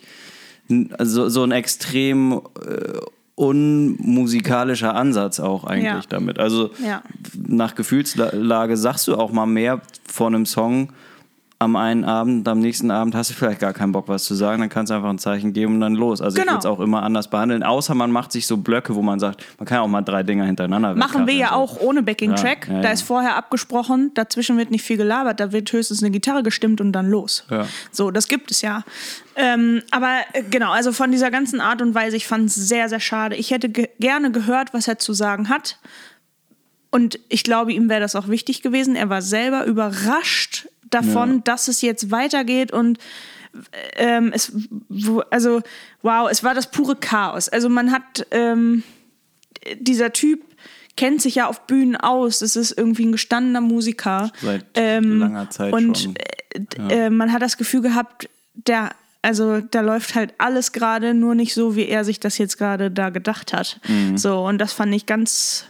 so, so ein extrem äh, unmusikalischer Ansatz auch eigentlich ja. damit. Also ja. nach Gefühlslage sagst du auch mal mehr von einem Song am einen Abend, am nächsten Abend hast du vielleicht gar keinen Bock, was zu sagen, dann kannst du einfach ein Zeichen geben und dann los. Also genau. Ich würde es auch immer anders behandeln, außer man macht sich so Blöcke, wo man sagt, man kann ja auch mal drei Dinger hintereinander machen wir ja so. Auch ohne Backing-Track. Ja, ja, ja. Da ist vorher abgesprochen, dazwischen wird nicht viel gelabert, da wird höchstens eine Gitarre gestimmt und dann los. Ja. So, das gibt es ja. Ähm, aber äh, genau, also von dieser ganzen Art und Weise, ich fand es sehr, sehr schade. Ich hätte ge- gerne gehört, was er zu sagen hat. Und ich glaube, ihm wäre das auch wichtig gewesen. Er war selber überrascht davon, ja. dass es jetzt weitergeht und ähm, es, also wow, es war das pure Chaos. Also man hat, ähm, dieser Typ kennt sich ja auf Bühnen aus. Das ist irgendwie ein gestandener Musiker. Seit ähm, langer Zeit und, schon. Und äh, äh, man hat das Gefühl gehabt, der, also da läuft halt alles gerade, nur nicht so, wie er sich das jetzt gerade da gedacht hat. Mhm. So, und das fand ich ganz...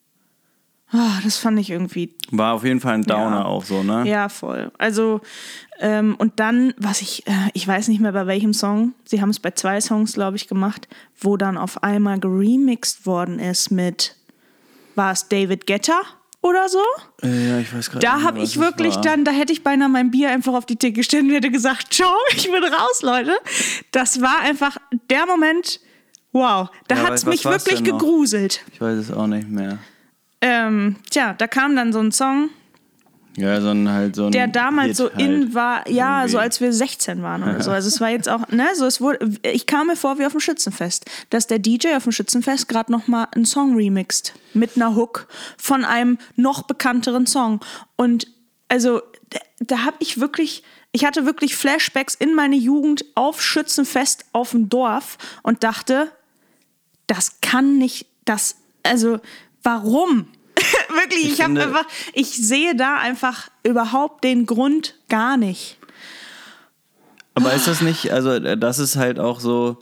Oh, das fand ich irgendwie... War auf jeden Fall ein Downer ja. auch so, ne? Ja, voll. Also, ähm, und dann, was ich, äh, ich weiß nicht mehr bei welchem Song, sie haben es bei zwei Songs, glaube ich, gemacht, wo dann auf einmal geremixed worden ist mit, war es David Guetta oder so? Äh, ja, ich weiß gerade nicht. Da habe ich wirklich dann, da hätte ich beinahe mein Bier einfach auf die Theke gestellt und hätte gesagt, ciao, ich bin raus, Leute. Das war einfach der Moment, wow, da ja, hat es mich wirklich gegruselt. Ich weiß es auch nicht mehr. Ähm, tja, da kam dann so ein Song, ja, so ein, halt so ein der damals Hit so halt in war, ja, irgendwie. So als wir sechzehn waren oder so. Also es war jetzt auch, ne, so es wurde, ich kam mir vor wie auf dem Schützenfest, dass der D J auf dem Schützenfest gerade nochmal einen Song remixt mit einer Hook von einem noch bekannteren Song. Und also da, da habe ich wirklich, ich hatte wirklich Flashbacks in meine Jugend auf Schützenfest auf dem Dorf und dachte, das kann nicht, das, also warum? Wirklich, ich, ich habe einfach, ich sehe da einfach überhaupt den Grund gar nicht. Aber ist das nicht, also das ist halt auch so,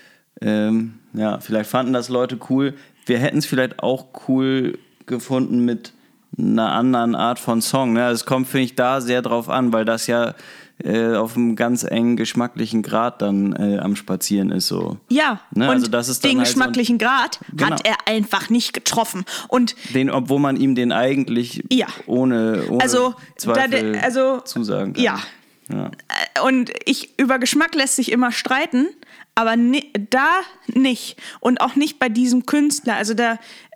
ähm, ja, vielleicht fanden das Leute cool. Wir hätten es vielleicht auch cool gefunden mit einer anderen Art von Song. Ne? Es kommt, finde ich, da sehr drauf an, weil das ja äh, auf einem ganz engen geschmacklichen Grad dann äh, am Spazieren ist. So. Ja, ne? und also das ist dann den halt geschmacklichen so ein, Grad genau. hat er einfach nicht getroffen. Und den, obwohl man ihm den eigentlich ja. ohne, ohne also, Zweifel da, also, zusagen kann. Ja. ja. Und ich, über Geschmack lässt sich immer streiten, aber ni- da nicht. Und auch nicht bei diesem Künstler. Also da,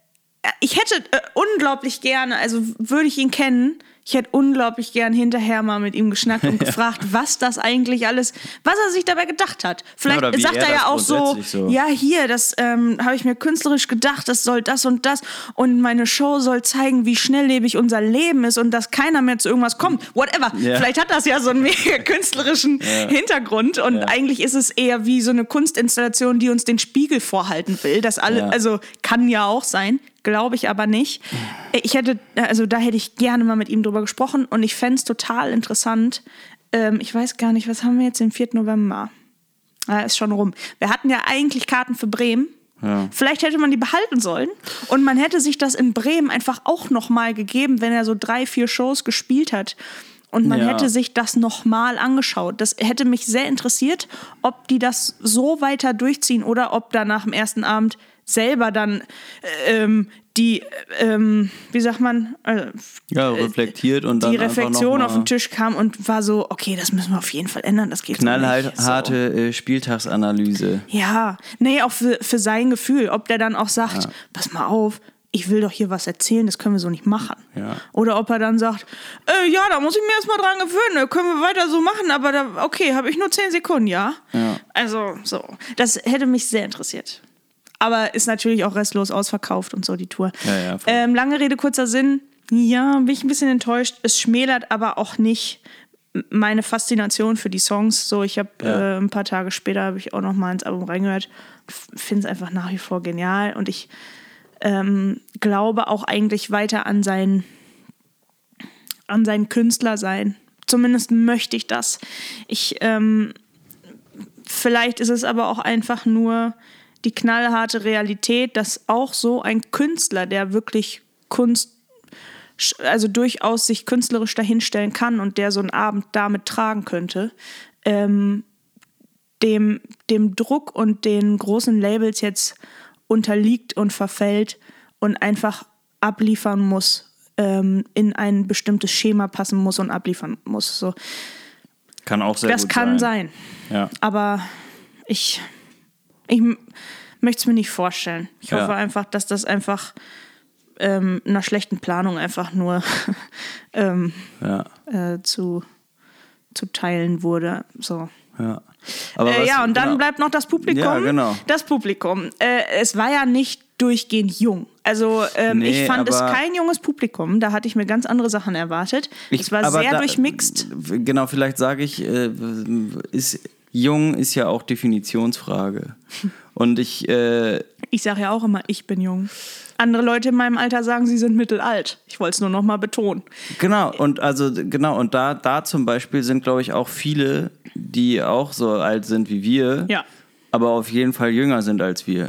ich hätte äh, unglaublich gerne, also würde ich ihn kennen, ich hätte unglaublich gern hinterher mal mit ihm geschnackt und ja. gefragt, was das eigentlich alles, was er sich dabei gedacht hat. Vielleicht ja, sagt er, er ja auch so, so, ja hier, das ähm, habe ich mir künstlerisch gedacht, das soll das und das und meine Show soll zeigen, wie schnelllebig unser Leben ist und dass keiner mehr zu irgendwas kommt. Whatever. Ja. Vielleicht hat das ja so einen mega künstlerischen ja. Hintergrund und ja. eigentlich ist es eher wie so eine Kunstinstallation, die uns den Spiegel vorhalten will. Das alle, ja. also kann ja auch sein. Glaube ich aber nicht. Ich hätte, also da hätte ich gerne mal mit ihm drüber gesprochen und ich fände es total interessant. Ähm, ich weiß gar nicht, was haben wir jetzt, den vierten November? Ah, ist schon rum. Wir hatten ja eigentlich Karten für Bremen. Ja. Vielleicht hätte man die behalten sollen und man hätte sich das in Bremen einfach auch nochmal gegeben, wenn er so drei, vier Shows gespielt hat. Und man ja. hätte sich das nochmal angeschaut. Das hätte mich sehr interessiert, ob die das so weiter durchziehen oder ob da nach dem ersten Abend selber dann ähm, die, ähm, wie sagt man? Äh, ja, reflektiert und dann die Reflexion auf den Tisch kam und war so, okay, das müssen wir auf jeden Fall ändern, das geht knallharte so harte so. Spieltagsanalyse. Ja, nee, auch für, für sein Gefühl, ob der dann auch sagt, ja. pass mal auf, ich will doch hier was erzählen, das können wir so nicht machen. Ja. Oder ob er dann sagt, äh, ja, da muss ich mir erst mal dran gewöhnen, da können wir weiter so machen, aber da, okay, habe ich nur zehn Sekunden, ja? ja? Also, so. Das hätte mich sehr interessiert. Aber ist natürlich auch restlos ausverkauft und so, die Tour. Ja, ja, ähm, lange Rede, kurzer Sinn. Ja, bin ich ein bisschen enttäuscht. Es schmälert aber auch nicht meine Faszination für die Songs. So, ich habe ja. äh, ein paar Tage später habe ich auch noch mal ins Album reingehört. Finde es einfach nach wie vor genial. Und ich ähm, glaube auch eigentlich weiter an sein, an sein Künstlersein. Zumindest möchte ich das. Ich, ähm, vielleicht ist es aber auch einfach nur die knallharte Realität, dass auch so ein Künstler, der wirklich Kunst, also durchaus sich künstlerisch dahinstellen kann und der so einen Abend damit tragen könnte, ähm, dem, dem Druck und den großen Labels jetzt unterliegt und verfällt und einfach abliefern muss, ähm, in ein bestimmtes Schema passen muss und abliefern muss. So. Kann auch sehr das gut kann sein. sein. Ja. Aber ich, ich m- möchte es mir nicht vorstellen. Ich hoffe Ja. einfach, dass das einfach ähm, einer schlechten Planung einfach nur ähm, Ja. äh, zu, zu teilen wurde. So. Ja. Aber Äh, was, ja, und dann genau. bleibt noch das Publikum. Ja, genau. Das Publikum. Äh, es war ja nicht durchgehend jung. Also ähm, Nee, ich fand es aber- kein junges Publikum. Da hatte ich mir ganz andere Sachen erwartet. Ich- es war aber sehr da- durchmixt. Genau, vielleicht sage ich, äh, ist, jung ist ja auch Definitionsfrage. Und ich, äh, Ich sage ja auch immer, ich bin jung. Andere Leute in meinem Alter sagen, sie sind mittelalt. Ich wollte es nur noch mal betonen. genau, und also genau, und da, da zum Beispiel sind, glaube ich, auch viele, die auch so alt sind wie wir, Ja. aber auf jeden Fall jünger sind als wir.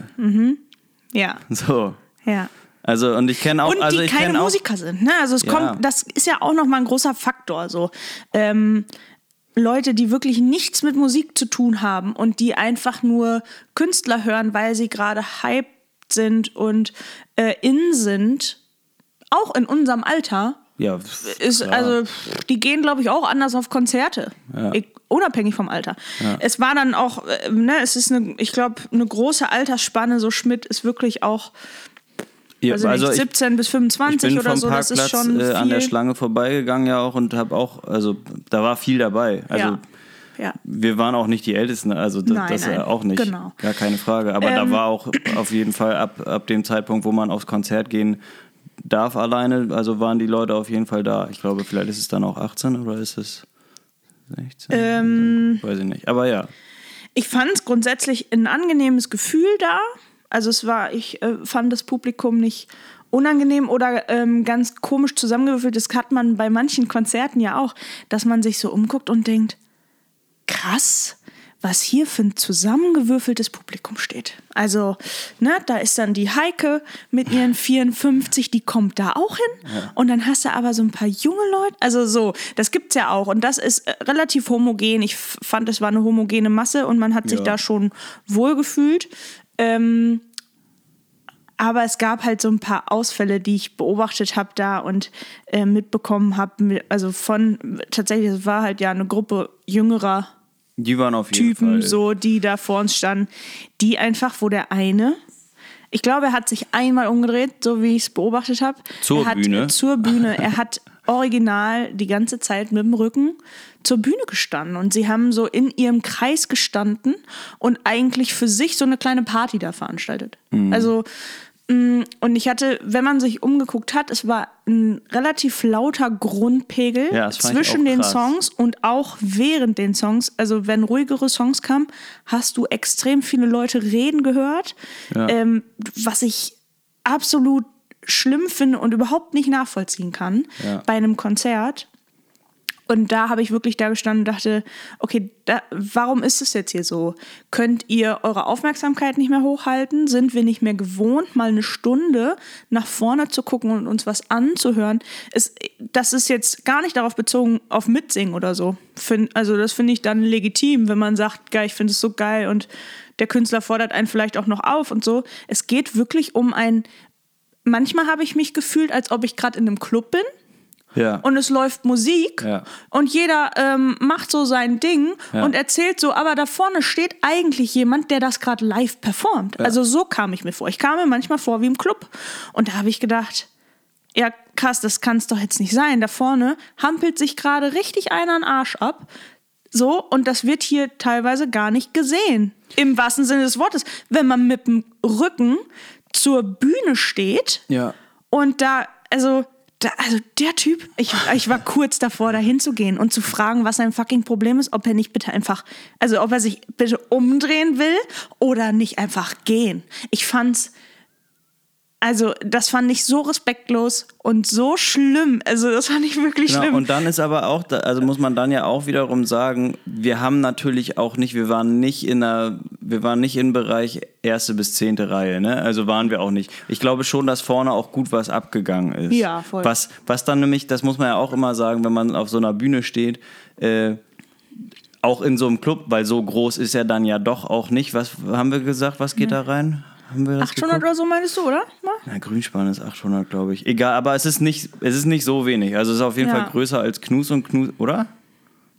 Ja, So. ja. Also, und ich kenne auch, Und also die ich keine kenne auch. Musiker sind. Ne? Also es Ja. kommt, das ist ja auch nochmal ein großer Faktor. So. Ähm, Leute, die wirklich nichts mit Musik zu tun haben und die einfach nur Künstler hören, weil sie gerade hyped sind und äh, in sind, auch in unserem Alter, Ja, ist, klar. also die gehen, glaube ich, auch anders auf Konzerte. Ja. Ich, unabhängig vom Alter. Es war dann auch, äh, ne, es ist eine, ich glaube, eine große Altersspanne. So Schmidt ist wirklich auch Ja, also nicht, siebzehn bis ich fünfundzwanzig bin oder vom so, das Parkplatz ist schon äh, an der viel. Schlange vorbeigegangen ja auch und habe auch, also da war viel dabei. Also Ja. Ja. wir waren auch nicht die Ältesten, also das, Nein, das nein, auch nicht, genau. gar keine Frage. Aber da Ähm, war auch auf jeden Fall ab, ab dem Zeitpunkt, wo man aufs Konzert gehen darf alleine, also waren die Leute auf jeden Fall da. Ich glaube, vielleicht ist es dann auch achtzehn oder ist es sechzehn? Ähm, Weiß ich nicht, aber ja. Ich fand es grundsätzlich ein angenehmes Gefühl da. Also es war, ich äh, fand das Publikum nicht unangenehm oder ähm, ganz komisch zusammengewürfelt. Das hat man bei manchen Konzerten ja auch, dass man sich so umguckt und denkt, krass, was hier für ein zusammengewürfeltes Publikum steht. Also, ne, da ist dann die Heike mit ihren vierundfünfzig, die kommt da auch hin. Ja. Und dann hast du aber so ein paar junge Leute. Also so, das gibt's ja auch. Und das ist äh, relativ homogen. Ich f- fand, es war eine homogene Masse und man hat sich Ja. da schon wohlgefühlt. Ähm, aber es gab halt so ein paar Ausfälle, die ich beobachtet habe da und äh, mitbekommen habe. Also von, tatsächlich, es war halt ja eine Gruppe jüngerer Die waren auf jeden Typen, Fall. so, die da vor uns standen, die einfach, wo der eine, ich glaube, er hat sich einmal umgedreht, so wie ich es beobachtet habe. Zur er hat, Bühne? äh, Zur Bühne. Er hat original die ganze Zeit mit dem Rücken zur Bühne gestanden. Und sie haben so in ihrem Kreis gestanden und eigentlich für sich so eine kleine Party da veranstaltet. Mhm. Also, mh, und ich hatte, wenn man sich umgeguckt hat, es war ein relativ lauter Grundpegel Ja, das fand ich zwischen auch den krass. Songs und auch während den Songs. Also wenn ruhigere Songs kamen, hast du extrem viele Leute reden gehört, Ja. ähm, was ich absolut schlimm finde und überhaupt nicht nachvollziehen kann Ja. bei einem Konzert. Und da habe ich wirklich da gestanden und dachte, okay, da, warum ist es jetzt hier so? Könnt ihr eure Aufmerksamkeit nicht mehr hochhalten? Sind wir nicht mehr gewohnt, mal eine Stunde nach vorne zu gucken und uns was anzuhören? Es, das ist jetzt gar nicht darauf bezogen, auf Mitsingen oder so. Find, also das finde ich dann legitim, wenn man sagt, geil, ich finde es so geil und der Künstler fordert einen vielleicht auch noch auf und so. Es geht wirklich um ein, manchmal habe ich mich gefühlt, als ob ich gerade in einem Club bin. Ja. Und es läuft Musik Ja. und jeder ähm, macht so sein Ding Ja. und erzählt so, aber da vorne steht eigentlich jemand, der das gerade live performt. Ja. Also so kam ich mir vor. Ich kam mir manchmal vor wie im Club. Und da habe ich gedacht, ja krass, das kann es doch jetzt nicht sein. Da vorne hampelt sich gerade richtig einer einen Arsch ab. So, und das wird hier teilweise gar nicht gesehen. Im wahrsten Sinne des Wortes. Wenn man mit dem Rücken zur Bühne steht Ja. und da, also... Da, also der Typ, ich, ich war kurz davor, da hinzugehen und zu fragen, was sein fucking Problem ist, ob er nicht bitte einfach, also ob er sich bitte umdrehen will oder nicht einfach gehen. Ich fand's, also das fand ich so respektlos und so schlimm. Also das fand ich wirklich Genau, schlimm. und dann ist aber auch, da- also muss man dann ja auch wiederum sagen, wir haben natürlich auch nicht, wir waren nicht in der, wir waren nicht im Bereich erste bis zehnte Reihe, ne? Also waren wir auch nicht. Ich glaube schon, dass vorne auch gut was abgegangen ist. Ja, voll. Was, was dann nämlich, das muss man ja auch immer sagen, wenn man auf so einer Bühne steht, äh, auch in so einem Club, weil so groß ist er dann ja doch auch nicht. Was haben wir gesagt, was geht da rein? Haben wir das achthundert geguckt? oder so meinst du, oder? Mal? Na, Grünspan ist achthundert, glaube ich. Egal, aber es ist nicht, es ist nicht so wenig. Also es ist auf jeden Ja. Fall größer als Knus und Knus, oder?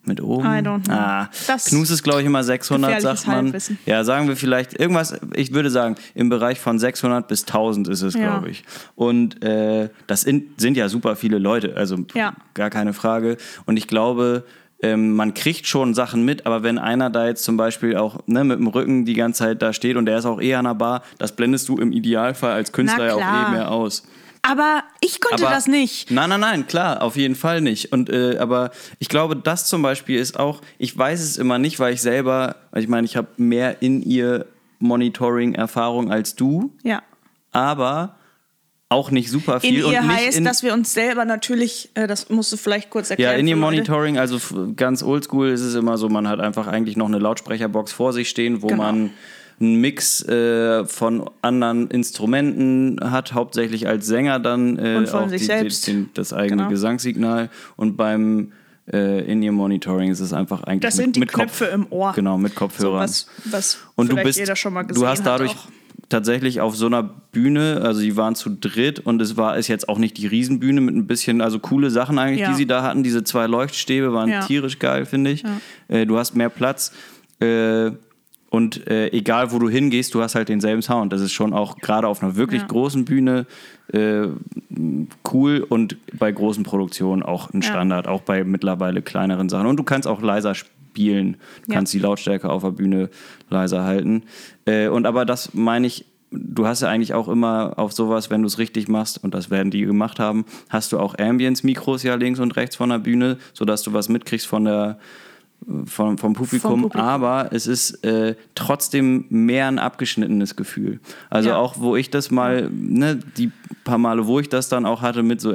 Mit oben? I don't know. Ah, Das Knus ist, glaube ich, immer sechshundert, sagt man. Halbwissen. Ja, sagen wir vielleicht irgendwas, ich würde sagen, im Bereich von sechshundert bis tausend ist es, Ja. glaube ich. Und äh, das in, sind ja super viele Leute, also Ja. gar keine Frage. Und ich glaube, ähm, man kriegt schon Sachen mit, aber wenn einer da jetzt zum Beispiel auch ne, mit dem Rücken die ganze Zeit da steht und der ist auch eher an der Bar, das blendest du im Idealfall als Künstler Na ja auch klar. eh mehr aus. Aber ich konnte Aber- das nicht. Nein, nein, nein, klar, auf jeden Fall nicht. Und äh, aber ich glaube, das zum Beispiel ist auch, ich weiß es immer nicht, weil ich selber, weil ich meine, ich habe mehr in ihr Monitoring-Erfahrung als du, Ja. aber auch nicht super In viel. ihr und nicht heißt, in, dass wir uns selber natürlich, äh, das musst du vielleicht kurz ja, erklären. in ihr für Leute. Monitoring, also f- ganz oldschool ist es immer so, man hat einfach eigentlich noch eine Lautsprecherbox vor sich stehen, wo Genau. man einen Mix äh, von anderen Instrumenten hat, hauptsächlich als Sänger dann äh, Und von auch sich die, selbst. Die, den, das eigene Genau. Gesangssignal. Und beim äh, In-Ear-Monitoring ist es einfach eigentlich Das mit, sind die mit Knöpfe Kopf, im Ohr. Genau, mit So Kopfhörern. was, was Und du vielleicht bist, jeder schon mal gesehen du hast dadurch hat auch. tatsächlich auf so einer Bühne, also die waren zu dritt und es war ist jetzt auch nicht die Riesenbühne mit ein bisschen, also coole Sachen eigentlich, Ja. die sie da hatten. Diese zwei Leuchtstäbe waren Ja. tierisch geil, finde ich. Äh, du hast mehr Platz. Äh, Und äh, egal, wo du hingehst, du hast halt denselben Sound. Das ist schon auch gerade auf einer wirklich Ja. großen Bühne äh, cool und bei großen Produktionen auch ein Ja. Standard, auch bei mittlerweile kleineren Sachen. Und du kannst auch leiser spielen. Du Ja. kannst die Lautstärke auf der Bühne leiser halten. Äh, und aber das meine ich, du hast ja eigentlich auch immer auf sowas, wenn du es richtig machst, und das werden die gemacht haben, hast du auch Ambience-Mikros ja links und rechts von der Bühne, sodass du was mitkriegst von der Vom, vom, Publikum, Vom Publikum. aber es ist äh, trotzdem mehr ein abgeschnittenes Gefühl. Also Ja. auch, wo ich das mal, ne, die paar Male, wo ich das dann auch hatte mit so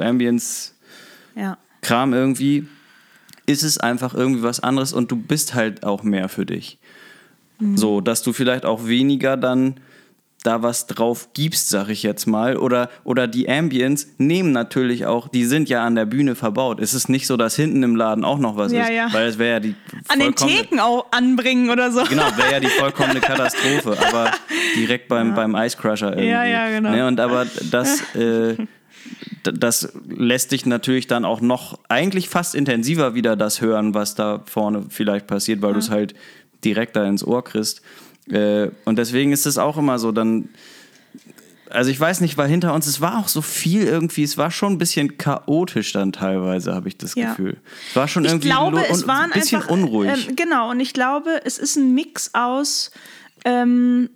Ambience-Kram Ja. irgendwie, ist es einfach irgendwie was anderes und du bist halt auch mehr für dich. Mhm. So, dass du vielleicht auch weniger dann da was drauf gibst, sag ich jetzt mal. Oder, oder die Ambience nehmen natürlich auch, die sind ja an der Bühne verbaut. Es ist nicht so, dass hinten im Laden auch noch was Ja, ist. ja. Weil es wäre ja die An den vollkommene- Theken auch anbringen oder so. Genau, wäre ja die vollkommene Katastrophe, aber direkt beim, beim Ice Crusher irgendwie. Ja, ja, genau. Ne, und aber das, äh, d- das lässt dich natürlich dann auch noch eigentlich fast intensiver wieder das hören, was da vorne vielleicht passiert, weil du es halt direkt da ins Ohr kriegst. Äh, und deswegen ist es auch immer so, dann, also ich weiß nicht, weil hinter uns, es war auch so viel irgendwie, es war schon ein bisschen chaotisch dann teilweise, habe ich das Ja. Gefühl. Es war schon Ich irgendwie glaube, lo- es un- waren ein bisschen einfach, unruhig. Ähm, genau, und ich glaube, es ist ein Mix aus ähm,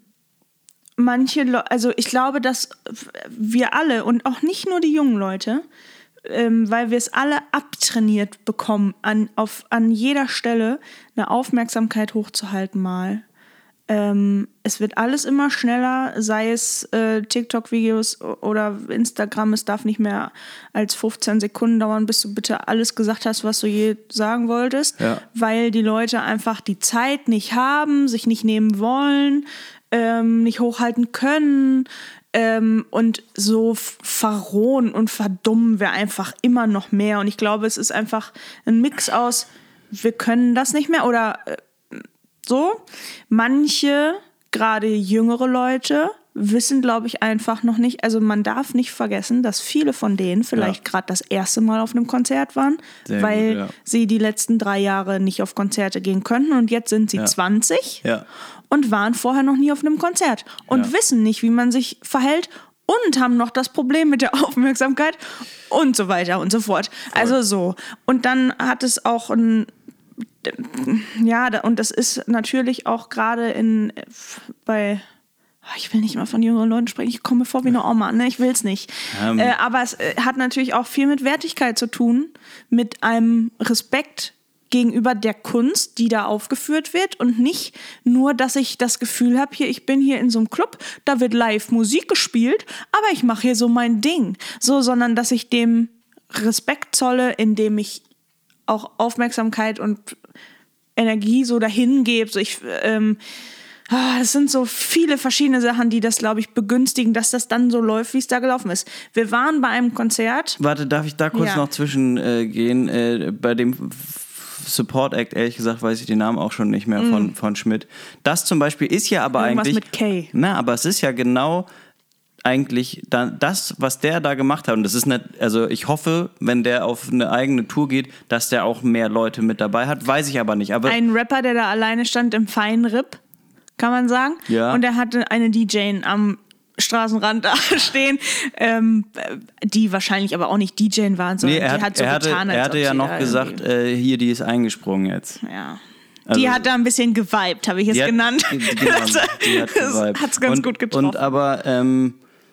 manche Leute, also ich glaube, dass wir alle und auch nicht nur die jungen Leute, ähm, weil wir es alle abtrainiert bekommen, an, auf, an jeder Stelle eine Aufmerksamkeit hochzuhalten mal. Ähm, es wird alles immer schneller, sei es äh, TikTok-Videos oder Instagram, es darf nicht mehr als fünfzehn Sekunden dauern, bis du bitte alles gesagt hast, was du je sagen wolltest, Ja. weil die Leute einfach die Zeit nicht haben, sich nicht nehmen wollen, ähm, nicht hochhalten können ähm, und so f- verrohen und verdummen wir einfach immer noch mehr und ich glaube, es ist einfach ein Mix aus, wir können das nicht mehr oder äh, so. Manche, gerade jüngere Leute, wissen, glaube ich, einfach noch nicht. Also man darf nicht vergessen, dass viele von denen vielleicht Ja. gerade das erste Mal auf einem Konzert waren, Sehr weil gut, ja. sie die letzten drei Jahre nicht auf Konzerte gehen könnten und jetzt sind sie Ja. zwanzig Ja. und waren vorher noch nie auf einem Konzert und Ja. wissen nicht, wie man sich verhält und haben noch das Problem mit der Aufmerksamkeit und so weiter und so fort. Also so. Und dann hat es auch ein ja, da- und das ist natürlich auch gerade in bei ich will nicht immer von jüngeren Leuten sprechen, ich komme mir vor wie eine Oma, ne? Ich will es nicht. Ähm. Äh, aber es äh, hat natürlich auch viel mit Wertigkeit zu tun, mit einem Respekt gegenüber der Kunst, die da aufgeführt wird und nicht nur, dass ich das Gefühl habe, hier, ich bin hier in so einem Club, da wird live Musik gespielt, aber ich mache hier so mein Ding. So, sondern dass ich dem Respekt zolle, indem ich auch Aufmerksamkeit und Energie so dahin gebe. So ich, ähm, ah, es sind so viele verschiedene Sachen, die das, glaube ich, begünstigen, dass das dann so läuft, wie es da gelaufen ist. Wir waren bei einem Konzert. Warte, darf ich da kurz Ja. noch zwischengehen? Äh, gehen? äh, bei dem F- Support Act, ehrlich gesagt, weiß ich den Namen auch schon nicht mehr von, von Schmidt. Das zum Beispiel ist ja aber Irgendwas eigentlich... mit K. Na, aber es ist ja genau eigentlich da, das, was der da gemacht hat, und das ist nicht, also ich hoffe, wenn der auf eine eigene Tour geht, dass der auch mehr Leute mit dabei hat, weiß ich aber nicht. Aber ein Rapper, der da alleine stand im feinen Ripp, kann man sagen. Ja. Und er hatte eine D J am Straßenrand da stehen, ähm, die wahrscheinlich aber auch nicht D J waren, sondern nee, er die hat, hat so er hatte, getan, als er hatte ob ja sie noch da gesagt, äh, hier, die ist eingesprungen jetzt. Ja. Also, die hat da ein bisschen geweibt, habe ich es die hat, genannt. Die, genau, die hat geweibt. Hat's ganz und, gut getroffen. Und aber, ähm,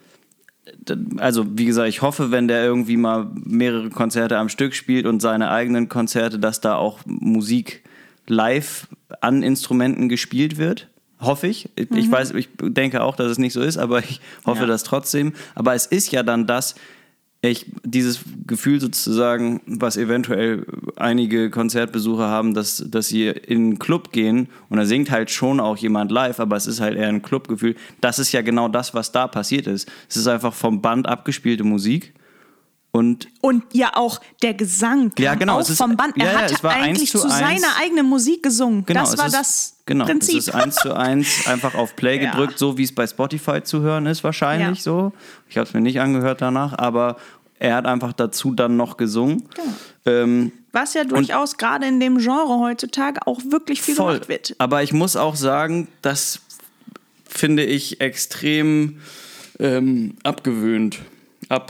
also wie gesagt, ich hoffe, wenn der irgendwie mal mehrere Konzerte am Stück spielt und seine eigenen Konzerte, dass da auch Musik live an Instrumenten gespielt wird. Hoffe ich. Ich Mhm. weiß, ich denke auch, dass es nicht so ist, aber ich hoffe Ja. das trotzdem. Aber es ist ja dann das, ich, dieses Gefühl sozusagen, was eventuell einige Konzertbesucher haben, dass, dass sie in einen Club gehen und da singt halt schon auch jemand live, aber es ist halt eher ein Clubgefühl. Das ist ja genau das, was da passiert ist. Es ist einfach vom Band abgespielte Musik. Und, und ja auch der Gesang kam ja, genau, auch es ist, vom Band. Er ja, ja, hatte es war eigentlich zu zu eins. seiner eigenen Musik gesungen. Genau, das war es ist, das genau, Prinzip. Es ist eins zu eins einfach auf Play Ja. gedrückt, so wie es bei Spotify zu hören ist wahrscheinlich Ja. so. Ich habe es mir nicht angehört danach, aber er hat einfach dazu dann noch gesungen. Genau. Ähm, Was ja durchaus gerade in dem Genre heutzutage auch wirklich viel voll. gemacht wird. Aber ich muss auch sagen, das finde ich extrem ähm, abgewöhnt. Ab.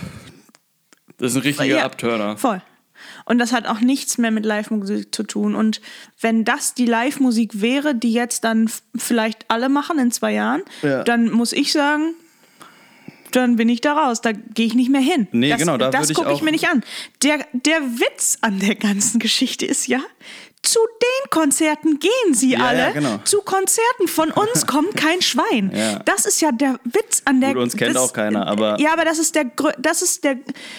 Das ist ein richtiger Ja, Abturner. Voll. Und das hat auch nichts mehr mit Live-Musik zu tun. Und wenn das die Live-Musik wäre, die jetzt dann f- vielleicht alle machen in zwei Jahren, Ja. dann muss ich sagen, dann bin ich da raus. Da gehe ich nicht mehr hin. Nee, das genau, da das würde ich gucke ich auch- mir nicht an. Der, der Witz an der ganzen Geschichte ist ja, zu den Konzerten gehen sie Ja, alle. ja, genau. Zu Konzerten von uns kommt kein Schwein. Ja. Das ist ja der Witz an der... Gut, uns kennt das, auch keiner, aber- Ja, aber das ist der... grö- Das ist der...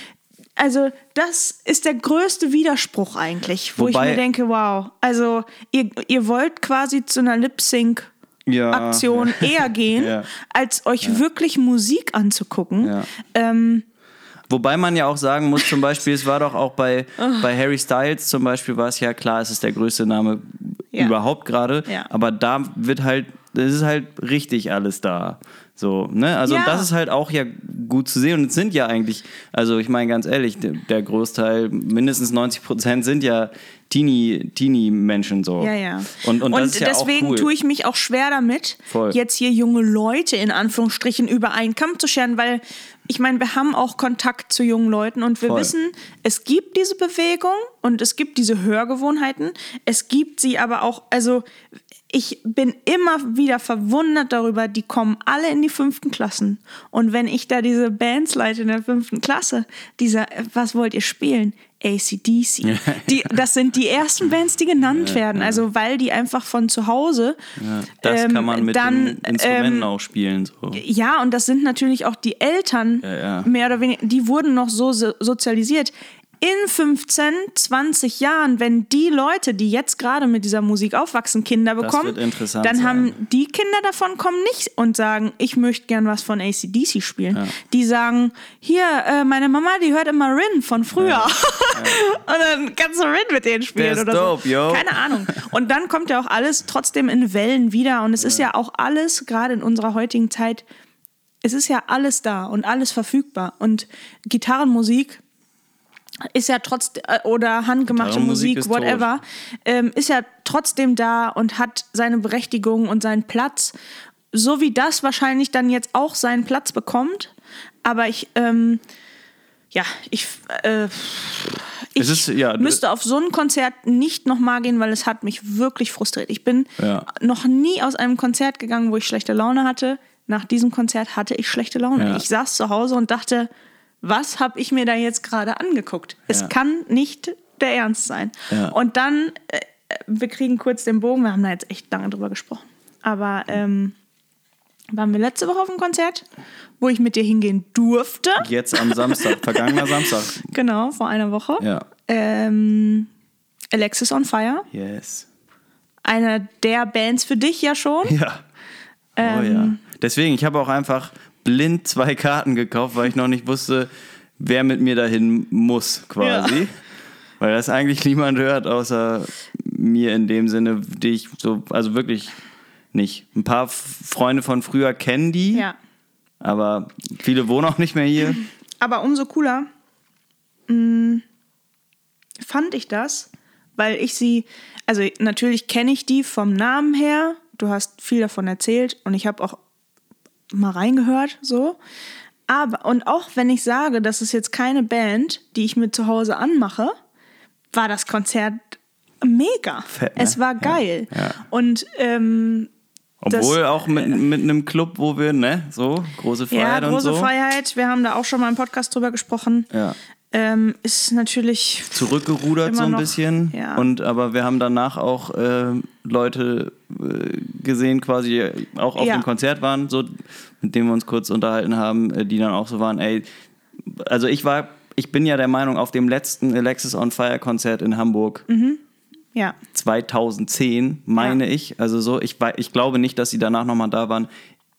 Also das ist der größte Widerspruch eigentlich, wo Wobei- ich mir denke, wow, also ihr, ihr wollt quasi zu einer Lip-Sync-Aktion Ja. eher gehen, Ja. als euch wirklich Musik anzugucken. Ja. Ähm, Wobei man ja auch sagen muss, zum Beispiel, es war doch auch bei, Oh. bei Harry Styles zum Beispiel, war es ja klar, es ist der größte Name Ja. überhaupt gerade, Ja. aber da wird halt, das ist halt richtig alles da. So, ne? Also Ja. das ist halt auch ja gut zu sehen und es sind ja eigentlich, also ich meine ganz ehrlich, der, der Großteil, mindestens neunzig Prozent sind ja Teenie, Teenie-Menschen so. Ja, ja. Und, und, das ist ja deswegen auch cool. tue ich mich auch schwer damit, Voll. jetzt hier junge Leute in Anführungsstrichen über einen Kamm zu scheren, weil ich meine, wir haben auch Kontakt zu jungen Leuten und wir Voll. wissen, es gibt diese Bewegung und es gibt diese Hörgewohnheiten. Es gibt sie aber auch, also ich bin immer wieder verwundert darüber, die kommen alle in die fünften Klassen. Und wenn ich da diese Bands leite in der fünften Klasse, dieser, was wollt ihr spielen? A C D C. Die, das sind die ersten Bands, die genannt werden. Also weil die einfach von zu Hause ja, das ähm, kann man mit dann, den Instrumenten ähm, auch spielen. So. ja, und das sind natürlich auch die Eltern, Ja, ja. mehr oder weniger, die wurden noch so so sozialisiert. In fünfzehn, zwanzig Jahren, wenn die Leute, die jetzt gerade mit dieser Musik aufwachsen, Kinder bekommen, wird interessant dann sein. haben die Kinder davon kommen nicht und sagen, ich möchte gern was von A C D C spielen. Ja. Die sagen, hier, äh, meine Mama, die hört immer Rin von früher. Ja. Und dann kannst du Rin mit denen spielen Der ist oder dope, so. yo. Keine Ahnung. Und dann kommt ja auch alles trotzdem in Wellen wieder. Und es ist ja auch alles, gerade in unserer heutigen Zeit, es ist ja alles da und alles verfügbar. Und Gitarrenmusik ist ja trotzdem, oder handgemachte Gitarrenmusik Musik, ist whatever, ähm, ist ja trotzdem da und hat seine Berechtigung und seinen Platz. So wie das wahrscheinlich dann jetzt auch seinen Platz bekommt. Aber ich, ähm, ja, ich, äh, ich Es ist- ja, müsste auf so ein Konzert nicht nochmal gehen, weil es hat mich wirklich frustriert. Ich bin Ja. noch nie aus einem Konzert gegangen, wo ich schlechte Laune hatte. Nach diesem Konzert hatte ich schlechte Laune. Ja. Ich saß zu Hause und dachte, was habe ich mir da jetzt gerade angeguckt? Es Ja. kann nicht der Ernst sein. Ja. Und dann, äh, wir kriegen kurz den Bogen, wir haben da jetzt echt lange drüber gesprochen. Aber ähm, waren wir letzte Woche auf einem Konzert, wo ich mit dir hingehen durfte. Jetzt am Samstag, vergangener Samstag. Genau, vor einer Woche. Ja. Ähm, Alexis on Fire. Yes. Einer der Bands für dich ja schon. Ja. Oh Ähm, ja. Deswegen, ich habe auch einfach blind zwei Karten gekauft, weil ich noch nicht wusste, wer mit mir dahin muss, quasi. Ja. Weil das eigentlich niemand hört, außer mir in dem Sinne, die ich so, also wirklich nicht. Ein paar F- Freunde von früher kennen die. Ja. Aber viele wohnen auch nicht mehr hier. Aber umso cooler mh, fand ich das, weil ich sie, also natürlich kenne ich die vom Namen her, du hast viel davon erzählt und ich habe auch mal reingehört, so. Aber, und auch wenn ich sage, das ist jetzt keine Band, die ich mir zu Hause anmache, war das Konzert mega. Fett, ne? Es war geil. Ja, ja. Und ähm, Obwohl das, auch mit, mit einem Club, wo wir, ne, so, große Freiheit ja, große und so. Freiheit. Wir haben da auch schon mal im Podcast drüber gesprochen. Ja. Ähm, ist natürlich zurückgerudert immer so ein noch, bisschen. Ja. Und, aber wir haben danach auch äh, Leute äh, gesehen, quasi auch auf Ja. dem Konzert waren, so, mit denen wir uns kurz unterhalten haben, äh, die dann auch so waren, ey, also ich war, ich bin ja der Meinung, auf dem letzten Alexis on Fire Konzert in Hamburg, Mhm. Ja. zweitausendzehn, meine Ja. ich, also so, ich, ich glaube nicht, dass sie danach nochmal da waren.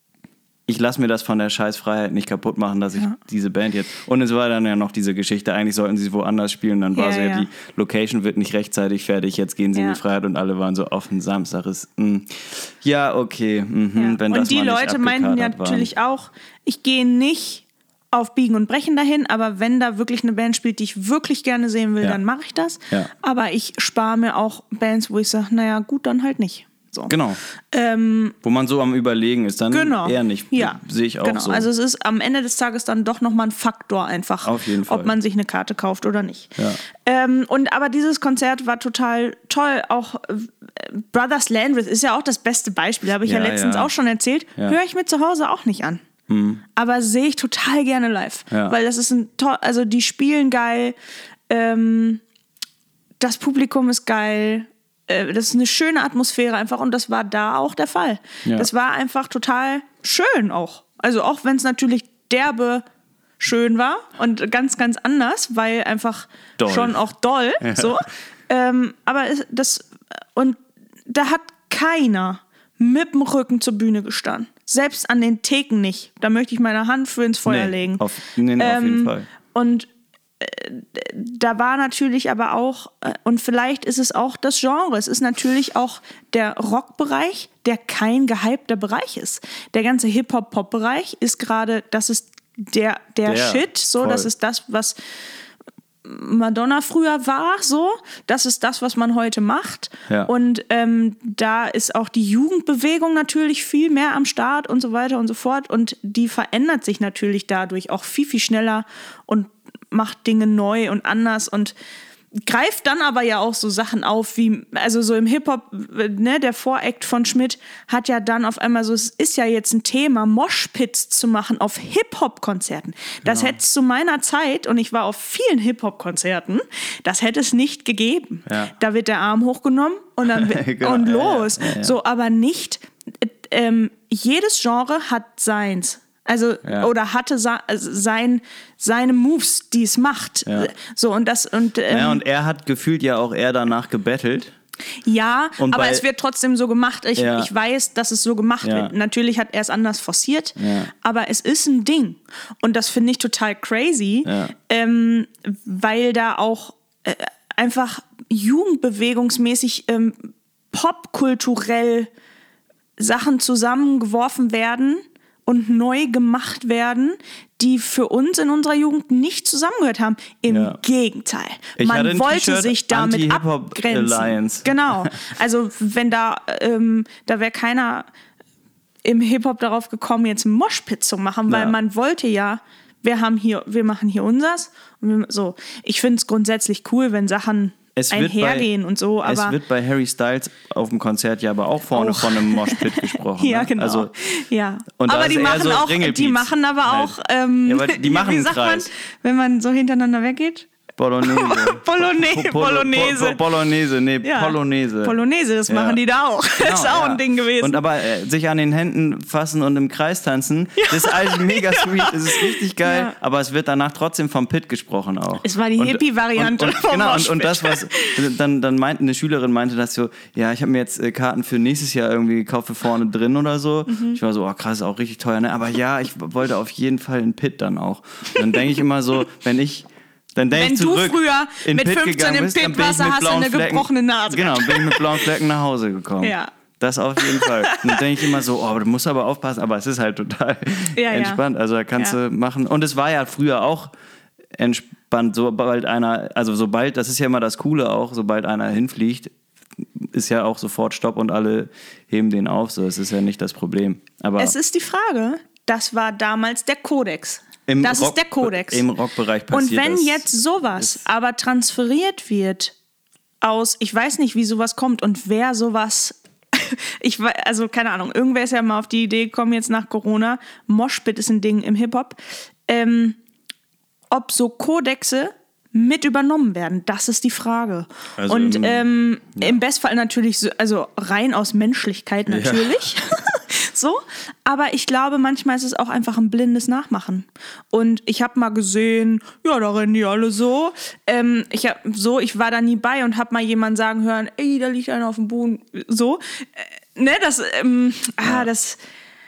Ich lasse mir das von der Scheißfreiheit nicht kaputt machen, dass ich Ja. diese Band jetzt... Und es war dann ja noch diese Geschichte, eigentlich sollten sie woanders spielen. Dann war Ja, so, ja, ja. die Location wird nicht rechtzeitig fertig, jetzt gehen sie Ja. in die Freiheit und alle waren so offen. Samstag ist... Mh. Ja, okay, mhm, Ja. wenn das Und die mal nicht Leute meinten ja abgekadert waren. natürlich auch, ich gehe nicht auf Biegen und Brechen dahin, aber wenn da wirklich eine Band spielt, die ich wirklich gerne sehen will, Ja. dann mache ich das. Ja. Aber ich spare mir auch Bands, wo ich sage, naja, gut, dann halt nicht. So. Genau, Ähm, wo man so am Überlegen ist, dann Genau. eher nicht. Ja. Sehe ich auch genau. so. Also es ist am Ende des Tages dann doch nochmal ein Faktor einfach, Auf jeden Fall. ob man sich eine Karte kauft oder nicht. Ja. Ähm, und aber dieses Konzert war total toll. Auch äh, Brothers Landreth ist ja auch das beste Beispiel, habe ich ja, Ja, letztens ja. auch schon erzählt. Ja. Höre ich mir zu Hause auch nicht an. Aber sehe ich total gerne live. Ja. Weil das ist ein toll, also die spielen geil, ähm, das Publikum ist geil, äh, das ist eine schöne Atmosphäre einfach und das war da auch der Fall. Ja. Das war einfach total schön auch. Also auch wenn es natürlich derbe schön war und ganz, ganz anders, weil einfach Doll. schon auch doll, so. Ähm, aber es, das, und da hat keiner mit dem Rücken zur Bühne gestanden. Selbst an den Theken nicht. Da möchte ich meine Hand für ins Feuer nee, legen. Auf, nee, auf jeden Ähm, Fall. Und äh, da war natürlich aber auch, äh, und vielleicht ist es auch das Genre, es ist natürlich auch der Rockbereich, der kein gehypter Bereich ist. Der ganze Hip-Hop-Pop-Bereich ist gerade, das ist der, der, Der, Shit, so, voll. das ist das, was Madonna früher war, so, das ist das, was man heute macht. Ja. Und ähm, da ist auch die Jugendbewegung natürlich viel mehr am Start und so weiter und so fort. Und die verändert sich natürlich dadurch auch viel, viel schneller und macht Dinge neu und anders und greift dann aber ja auch so Sachen auf, wie, also so im Hip-Hop, ne, der Voract von Schmidt hat ja dann auf einmal so, es ist ja jetzt ein Thema, Moshpits zu machen auf Hip-Hop-Konzerten. Das Genau. hätte es zu meiner Zeit, und ich war auf vielen Hip-Hop-Konzerten, das hätte es nicht gegeben. Ja. Da wird der Arm hochgenommen und dann Genau, und ja, los. ja, ja, ja. So, aber nicht, äh, ähm, jedes Genre hat seins. Also, Ja. oder hatte sa- sein, seine Moves, die es macht. Ja. So, und das, und, ähm, Ja, und er hat gefühlt ja auch eher danach gebettelt. ja, Und aber bei- es wird trotzdem so gemacht. Ich, Ja. ich weiß, dass es so gemacht Ja. wird. Natürlich hat er es anders forciert, Ja. aber es ist ein Ding. Und das finde ich total crazy, Ja. ähm, weil da auch äh, einfach jugendbewegungsmäßig ähm, popkulturell Sachen zusammengeworfen werden und neu gemacht werden, die für uns in unserer Jugend nicht zusammengehört haben. Im Ja. Gegenteil. Ich hatte Man ein wollte T-Shirt, sich damit Anti-Hip-Hop abgrenzen. Alliance. Genau. Also wenn da, ähm, da wäre keiner im Hip-Hop darauf gekommen, jetzt einen Moshpit zu machen, weil Ja. man wollte ja, wir haben hier, wir machen hier unsers. Und wir, so. Ich finde es grundsätzlich cool, wenn Sachen Es wird einhergehen bei, und so, aber es wird bei Harry Styles auf dem Konzert ja aber auch vorne Oh. von einem Moshpit gesprochen. ja, ne? genau. Also, ja. und da Aber ist die eher machen so auch, die Ringelpiez machen aber halt. auch, ähm, Ja, aber die machen wie einen sagt Kreis. man, wenn man so hintereinander weggeht? Bolognese. Polone- Po- Polo- Bolognese. Po- Bolognese, nee, Ja. Polonaise. Polonaise, das Ja. machen die da auch. Genau, das ist auch ja. ein Ding gewesen. Und aber äh, sich an den Händen fassen und im Kreis tanzen, das ist eigentlich mega sweet, das ist richtig geil, Ja. aber es wird danach trotzdem vom Pit gesprochen auch. Es war die Und- Hippie-Variante und, und, vom Genau, und, und Moshpit. das, was dann, dann meinte eine Schülerin, meinte das so, ja, ich habe mir jetzt äh, Karten für nächstes Jahr irgendwie gekauft für vorne drin oder so. Mhm. Ich war so, oh krass, ist auch richtig teuer, ne? Aber ja, ich wollte auf jeden Fall einen Pit dann auch. Und dann denke ich immer so, wenn ich Dann denk Wenn ich du zurück, früher in mit Pit fünfzehn gegangen im bist, dann Pit bin ich warst, mit hast du blauen eine Flecken- gebrochene Nase. Genau, bin ich mit blauen Flecken nach Hause gekommen. Ja. Das auf jeden Fall. Und dann denke ich immer so, oh, du musst aber aufpassen, aber es ist halt total ja, entspannt. Ja. Also da kannst ja. du machen. Und es war ja früher auch entspannt, sobald einer, also sobald, das ist ja immer das Coole auch, sobald einer hinfliegt, ist ja auch sofort Stopp und alle heben den auf. So, es ist ja nicht das Problem. Aber es ist die Frage, das war damals der Kodex. Im das Rock, ist der Kodex. Im Rockbereich passiert Und wenn das jetzt sowas aber transferiert wird aus, ich weiß nicht, wie sowas kommt und wer sowas, ich weiß, also keine Ahnung, irgendwer ist ja mal auf die Idee gekommen, jetzt nach Corona, Moshpit ist ein Ding im Hip-Hop, ähm, ob so Kodexe mit übernommen werden, das ist die Frage. Also und im, ähm, ja. im Bestfall natürlich, so, also rein aus Menschlichkeit natürlich, ja. so, aber ich glaube, manchmal ist es auch einfach ein blindes Nachmachen. Und ich habe mal gesehen, ja, da rennen die alle so. Ähm, ich hab so, ich war da nie bei und habe mal jemanden sagen hören, ey, da liegt einer auf dem Boden, so. Äh, ne, das, ähm, ja. ah, das,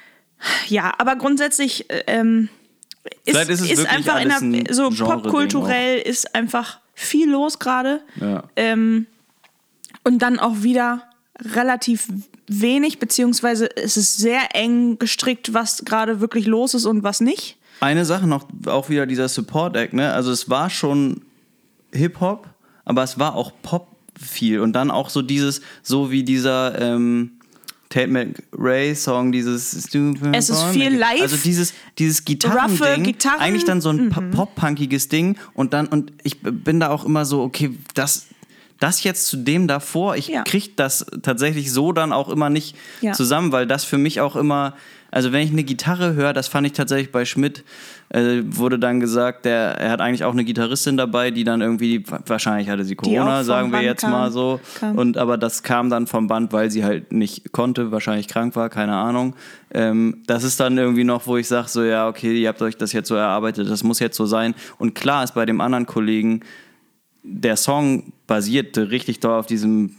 ja, aber grundsätzlich, ähm, Ist, ist, es ist einfach in der, so popkulturell ist einfach viel los gerade. Ja. Ähm, und dann auch wieder relativ wenig, beziehungsweise es ist sehr eng gestrickt, was gerade wirklich los ist und was nicht. Eine Sache noch, auch wieder dieser Support-Act, ne? Also es war schon Hip-Hop, aber es war auch Pop viel. Und dann auch so dieses, so wie dieser ähm, Tate McRae-Song, dieses Es ist viel live. Also dieses, dieses Gitarren-Ding, Gitarren. eigentlich dann so ein Mhm. pop-punkiges Ding und dann, und ich bin da auch immer so, okay, das, das jetzt zu dem davor, ich Ja. krieg das tatsächlich so dann auch immer nicht Ja. zusammen, weil das für mich auch immer, also wenn ich eine Gitarre höre, das fand ich tatsächlich bei Schmidt, äh, wurde dann gesagt, der, er hat eigentlich auch eine Gitarristin dabei, die dann irgendwie, wahrscheinlich hatte sie Corona, vom sagen wir Band jetzt kam. mal so. Kam. Und aber das kam dann vom Band, weil sie halt nicht konnte, wahrscheinlich krank war, keine Ahnung. Ähm, das ist dann irgendwie noch, wo ich sage, so ja, okay, ihr habt euch das jetzt so erarbeitet, das muss jetzt so sein. Und klar ist bei dem anderen Kollegen, der Song basierte richtig doll auf diesem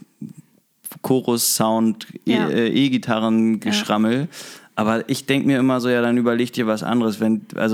Chorus-Sound, Ja. E- äh, E-Gitarren-Geschrammel. Ja. Aber ich denke mir immer so, ja, dann überleg dir was anderes. Wenn, also,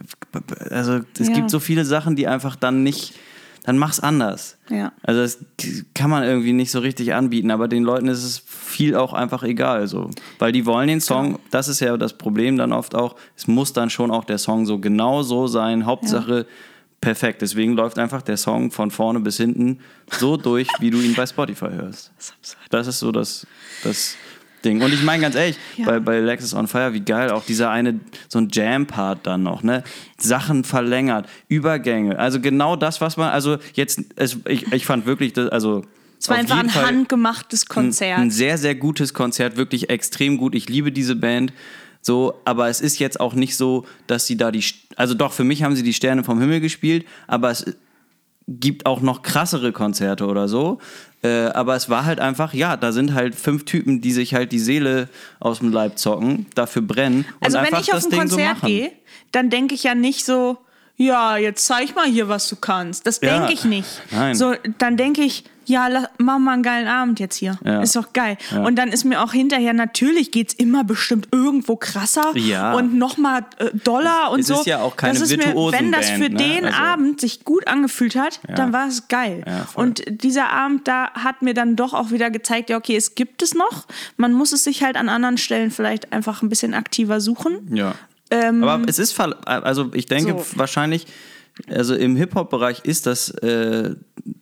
also es Ja. gibt so viele Sachen, die einfach dann nicht, dann mach's anders. Ja. Also das kann man irgendwie nicht so richtig anbieten, aber den Leuten ist es viel auch einfach egal. So. Weil die wollen den Song, genau. Das ist ja das Problem dann oft auch, es muss dann schon auch der Song so genau so sein, Hauptsache ja. perfekt. Deswegen läuft einfach der Song von vorne bis hinten so durch, wie du ihn bei Spotify hörst. Das ist absurd. Das ist so das... das Ding. Und ich meine ganz ehrlich, ja. bei, bei Lexus on Fire, wie geil, auch dieser eine, so ein Jam-Part dann noch, ne? Sachen verlängert, Übergänge, also genau das, was man, also jetzt, es, ich, ich fand wirklich, das, also es war einfach ein Fall handgemachtes Konzert. Ein, ein sehr, sehr gutes Konzert, wirklich extrem gut. Ich liebe diese Band. So, aber es ist jetzt auch nicht so, dass sie da die, also doch, für mich haben sie die Sterne vom Himmel gespielt, aber es gibt auch noch krassere Konzerte oder so. Äh, aber es war halt einfach, ja, da sind halt fünf Typen, die sich halt die Seele aus dem Leib zocken, dafür brennen und also einfach wenn ich auf das ein Ding Konzert so gehe, dann denke ich ja nicht so, ja, jetzt zeig mal hier, was du kannst. Das Ja. denke ich nicht. Nein. So, dann denke ich, ja, la- mach mal einen geilen Abend jetzt hier. Ja. Ist doch geil. Ja. Und dann ist mir auch hinterher, natürlich geht's immer bestimmt irgendwo krasser Ja. und nochmal äh, doller und Es so. ist ja auch keine das ist mir, wenn das für Virtuosenband, ne? den Also- Abend sich gut angefühlt hat, Ja. dann war es geil. Ja, voll. Und dieser Abend da hat mir dann doch auch wieder gezeigt, ja, okay, es gibt es noch. Man muss es sich halt an anderen Stellen vielleicht einfach ein bisschen aktiver suchen. Ja. Ähm, Aber es ist, ver- also ich denke So. wahrscheinlich, also im Hip-Hop-Bereich ist das äh,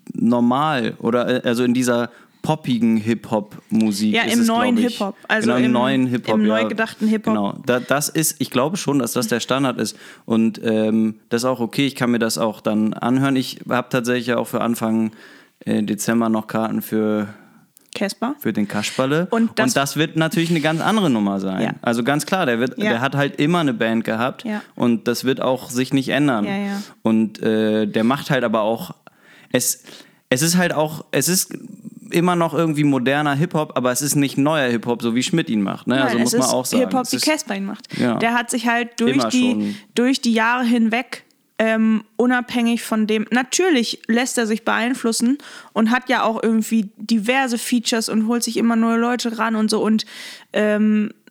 normal oder äh, also in dieser poppigen Hip-Hop-Musik. Ja, ist im es, neuen glaub ich, Hip-Hop. Also genau, im, im- neuen Hip-Hop. im ja, neu gedachten Hip-Hop. Genau, da, das ist, ich glaube schon, dass das der Standard ist und ähm, das ist auch okay, ich kann mir das auch dann anhören. Ich habe tatsächlich auch für Anfang äh, Dezember noch Karten für Casper. für den Kasperle. Und das- und das wird natürlich eine ganz andere Nummer sein. Ja. Also ganz klar, der, wird, Ja. der hat halt immer eine Band gehabt Ja. und das wird auch sich nicht ändern. Ja, ja. Und äh, der macht halt aber auch, es, es ist halt auch, es ist immer noch irgendwie moderner Hip-Hop, aber es ist nicht neuer Hip-Hop, so wie Schmidt ihn macht. Ne? Nein, Also muss es man ist auch sagen. Hip-Hop, Es wie ist- Casper ihn macht. Ja. Der hat sich halt durch Immer die, schon. durch die Jahre hinweg ähm, unabhängig von dem, natürlich lässt er sich beeinflussen und hat ja auch irgendwie diverse Features und holt sich immer neue Leute ran und so und ähm,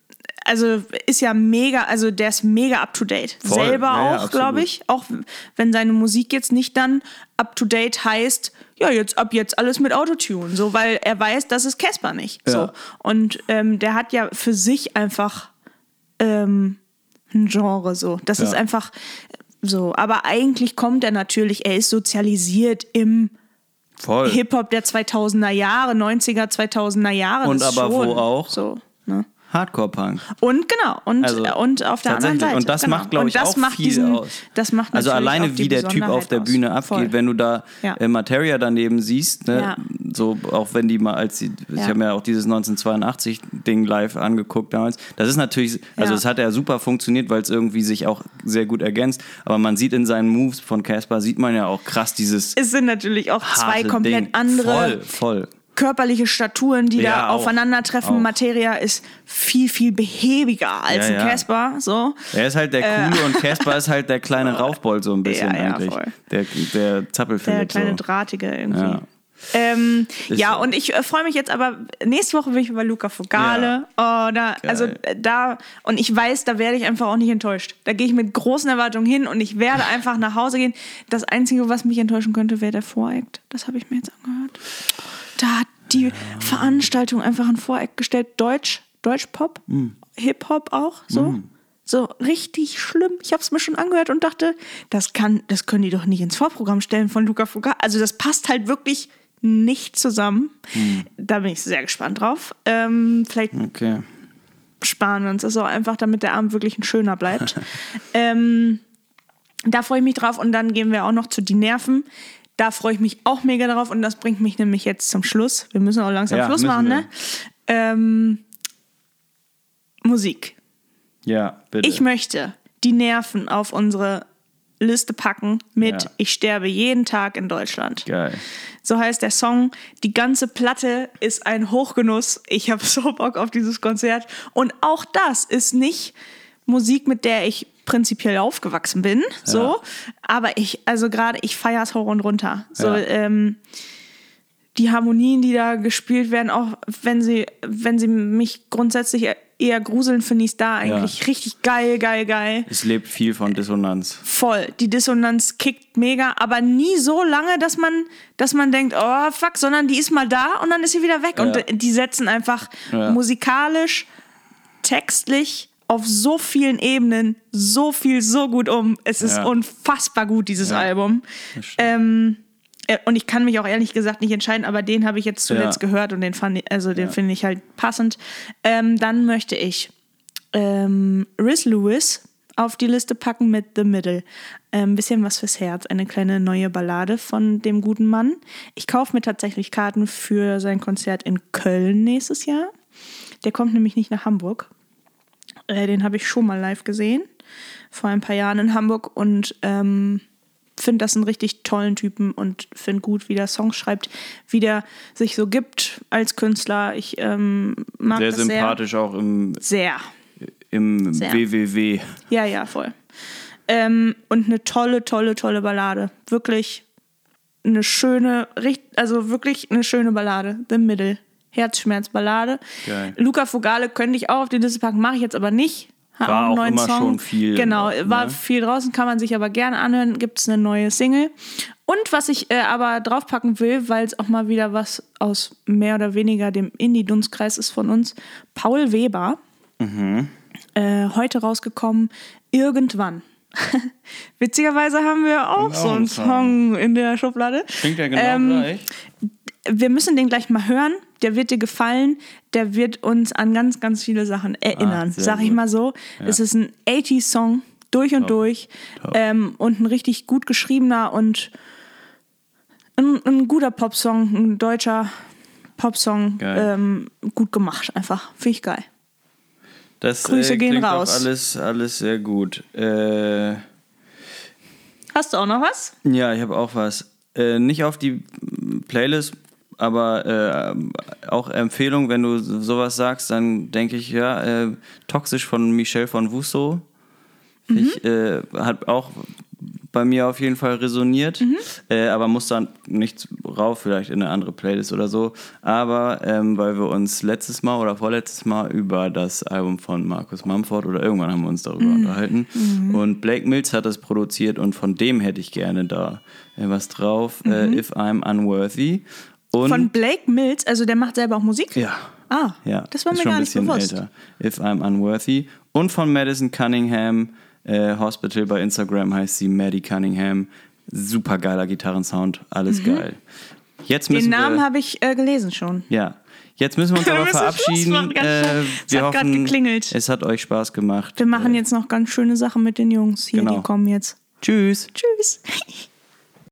also ist ja mega, also der ist mega up to date. Voll. Selber Ja, ja, auch, glaube ich. Auch wenn seine Musik jetzt nicht dann up to date heißt, ja, jetzt ab jetzt alles mit Autotune, so, weil er weiß, das ist Caspar nicht. Ja. So. Und ähm, der hat ja für sich einfach ähm, ein Genre so. Das Ja. ist einfach so. Aber eigentlich kommt er natürlich, er ist sozialisiert im Voll. Hip-Hop der zweitausender Jahre, neunziger, zweitausender Jahre. Und das aber schon. wo auch? So, ne? Hardcore-Punk. Und genau, und, Also, und auf der anderen tatsächlich. Seite. Und das genau. macht, glaube Und ich, das auch macht viel diesen, aus. Das macht Also natürlich alleine auch die wie der Typ auf der Besonderheit Bühne aus. abgeht, Voll. wenn du da Ja. äh, Materia daneben siehst, ne? Ja. So auch wenn die mal als die, ich Ja. habe mir auch dieses neunzehnhundertzweiundachtzig Ding live angeguckt damals. Das ist natürlich, also Ja. es hat ja super funktioniert, weil es irgendwie sich auch sehr gut ergänzt. Aber man sieht in seinen Moves von Caspar sieht man ja auch krass dieses Es sind natürlich auch zwei harte komplett Ding. andere Voll, voll. körperliche Staturen, die Ja, da auch. aufeinandertreffen. Auch. Materia ist viel, viel behäbiger als Ja, ein ja. Caspar. So. Er ist halt der Coole und Caspar ist halt der kleine Raufbold so ein bisschen Ja, ja, eigentlich. voll. Der, der Zappelphilipp. Der kleine so. Drahtige irgendwie. Ja. Ähm, Ist ja, so. und ich äh, freue mich jetzt aber, nächste Woche bin ich bei Luca Fogale. Oh, da, also äh, da, und ich weiß, da werde ich einfach auch nicht enttäuscht. Da gehe ich mit großen Erwartungen hin und ich werde einfach nach Hause gehen. Das Einzige, was mich enttäuschen könnte, wäre der Voreact. Das habe ich mir jetzt angehört. Da hat die ja. Veranstaltung einfach ein Voreact gestellt. Deutsch, Deutsch-Pop, mm. Hip-Hop auch, so. Mm. So richtig schlimm. Ich habe es mir schon angehört und dachte, das kann, das können die doch nicht ins Vorprogramm stellen von Luca Fogale. Also das passt halt wirklich nicht zusammen. Hm. Da bin ich sehr gespannt drauf. Ähm, vielleicht okay. sparen wir uns das auch einfach, damit der Abend wirklich ein schöner bleibt. ähm, da freue ich mich drauf und dann gehen wir auch noch zu Die Nerven. Da freue ich mich auch mega drauf und das bringt mich nämlich jetzt zum Schluss. Wir müssen auch langsam ja, Schluss machen, wir. ne? Ähm, Musik. Ja, bitte. Ich möchte Die Nerven auf unsere Liste packen mit Ja. Ich sterbe jeden Tag in Deutschland. Geil. So heißt der Song. Die ganze Platte ist ein Hochgenuss. Ich habe so Bock auf dieses Konzert. Und auch das ist nicht Musik, mit der ich prinzipiell aufgewachsen bin. So. Ja. Aber ich, also gerade, ich feiere es hoch und runter. So, Ja. ähm, die Harmonien, die da gespielt werden, auch wenn sie, wenn sie mich grundsätzlich eher gruseln, finde ich es da eigentlich ja. richtig geil, geil, geil. Es lebt viel von Dissonanz. Voll. Die Dissonanz kickt mega, aber nie so lange, dass man, dass man denkt, oh fuck, sondern die ist mal da und dann ist sie wieder weg. Ja. Und die setzen einfach ja. musikalisch, textlich auf so vielen Ebenen so viel, so gut um. Es ist ja. unfassbar gut, dieses ja. Album. Ähm, Und ich kann mich auch ehrlich gesagt nicht entscheiden, aber den habe ich jetzt zuletzt ja. gehört und den fand ich, also den ja. finde ich halt passend. Ähm, dann möchte ich ähm, Riz Lewis auf die Liste packen mit The Middle. Ein ähm, bisschen was fürs Herz, eine kleine neue Ballade von dem guten Mann. Ich kaufe mir tatsächlich Karten für sein Konzert in Köln nächstes Jahr. Der kommt nämlich nicht nach Hamburg. Äh, den habe ich schon mal live gesehen, vor ein paar Jahren in Hamburg und ähm, finde das einen richtig tollen Typen und finde gut, wie der Songs schreibt, wie der sich so gibt als Künstler. Ich ähm, mag sehr das sehr. Sehr sympathisch auch im, sehr. im sehr. W W W. Ja, ja, voll. Ähm, und eine tolle, tolle, tolle Ballade. Wirklich eine schöne, also wirklich eine schöne Ballade. The Middle. Herzschmerzballade. Geil. Luca Fogale könnte ich auch auf die Liste packen, mache ich jetzt aber nicht. Hat war auch, auch immer Song. schon viel. Genau, ne? war viel draußen, kann man sich aber gerne anhören. Gibt es eine neue Single. Und was ich äh, aber draufpacken will, weil es auch mal wieder was aus mehr oder weniger dem Indie-Dunstkreis ist von uns, Paul Weber. Mhm. Äh, heute rausgekommen, Irgendwann. Witzigerweise haben wir auch so einen Song in der Schublade. Klingt ja genau ähm, gleich. Wir müssen den gleich mal hören. Der wird dir gefallen. Der wird uns an ganz, ganz viele Sachen erinnern, ah, sag ich gut. mal so. Ja. Es ist ein achtziger-Song, durch und Top. durch. Ähm, und ein richtig gut geschriebener und ein, ein guter Popsong, ein deutscher Popsong. Ähm, gut gemacht einfach. Finde ich geil. Das Grüße äh, gehen klingt raus. Auch alles, alles sehr gut. Äh, Hast du auch noch was? Ja, ich habe auch was. Äh, nicht auf die Playlist, aber äh, auch Empfehlung, wenn du sowas sagst, dann denke ich, ja, äh, Toxisch von Michel von Wusso. Mhm. Ich, äh, hat auch bei mir auf jeden Fall resoniert, Mhm. äh, aber muss dann nicht rauf, vielleicht in eine andere Playlist oder so. Aber ähm, weil wir uns letztes Mal oder vorletztes Mal über das Album von Marcus Mumford oder irgendwann haben wir uns darüber Mhm. unterhalten. Mhm. Und Blake Mills hat das produziert und von dem hätte ich gerne da äh, was drauf. Mhm. Äh, If I'm Unworthy. Und von Blake Mills, also der macht selber auch Musik? Ja. Ah, ja, das war ist mir schon gar ein nicht bisschen bewusst. älter. If I'm Unworthy. Und von Madison Cunningham, äh, Hospital bei Instagram heißt sie Maddie Cunningham. Super geiler Gitarrensound, alles mhm. geil. Jetzt müssen Den Namen wir, habe ich äh, gelesen schon. Ja, jetzt müssen wir uns aber müssen verabschieden. Schluss machen, ganz äh, schnell. Es wir hat gerade hoffen, geklingelt. es hat euch Spaß gemacht. Wir machen äh, jetzt noch ganz schöne Sachen mit den Jungs hier, genau. die kommen jetzt. Tschüss. Tschüss.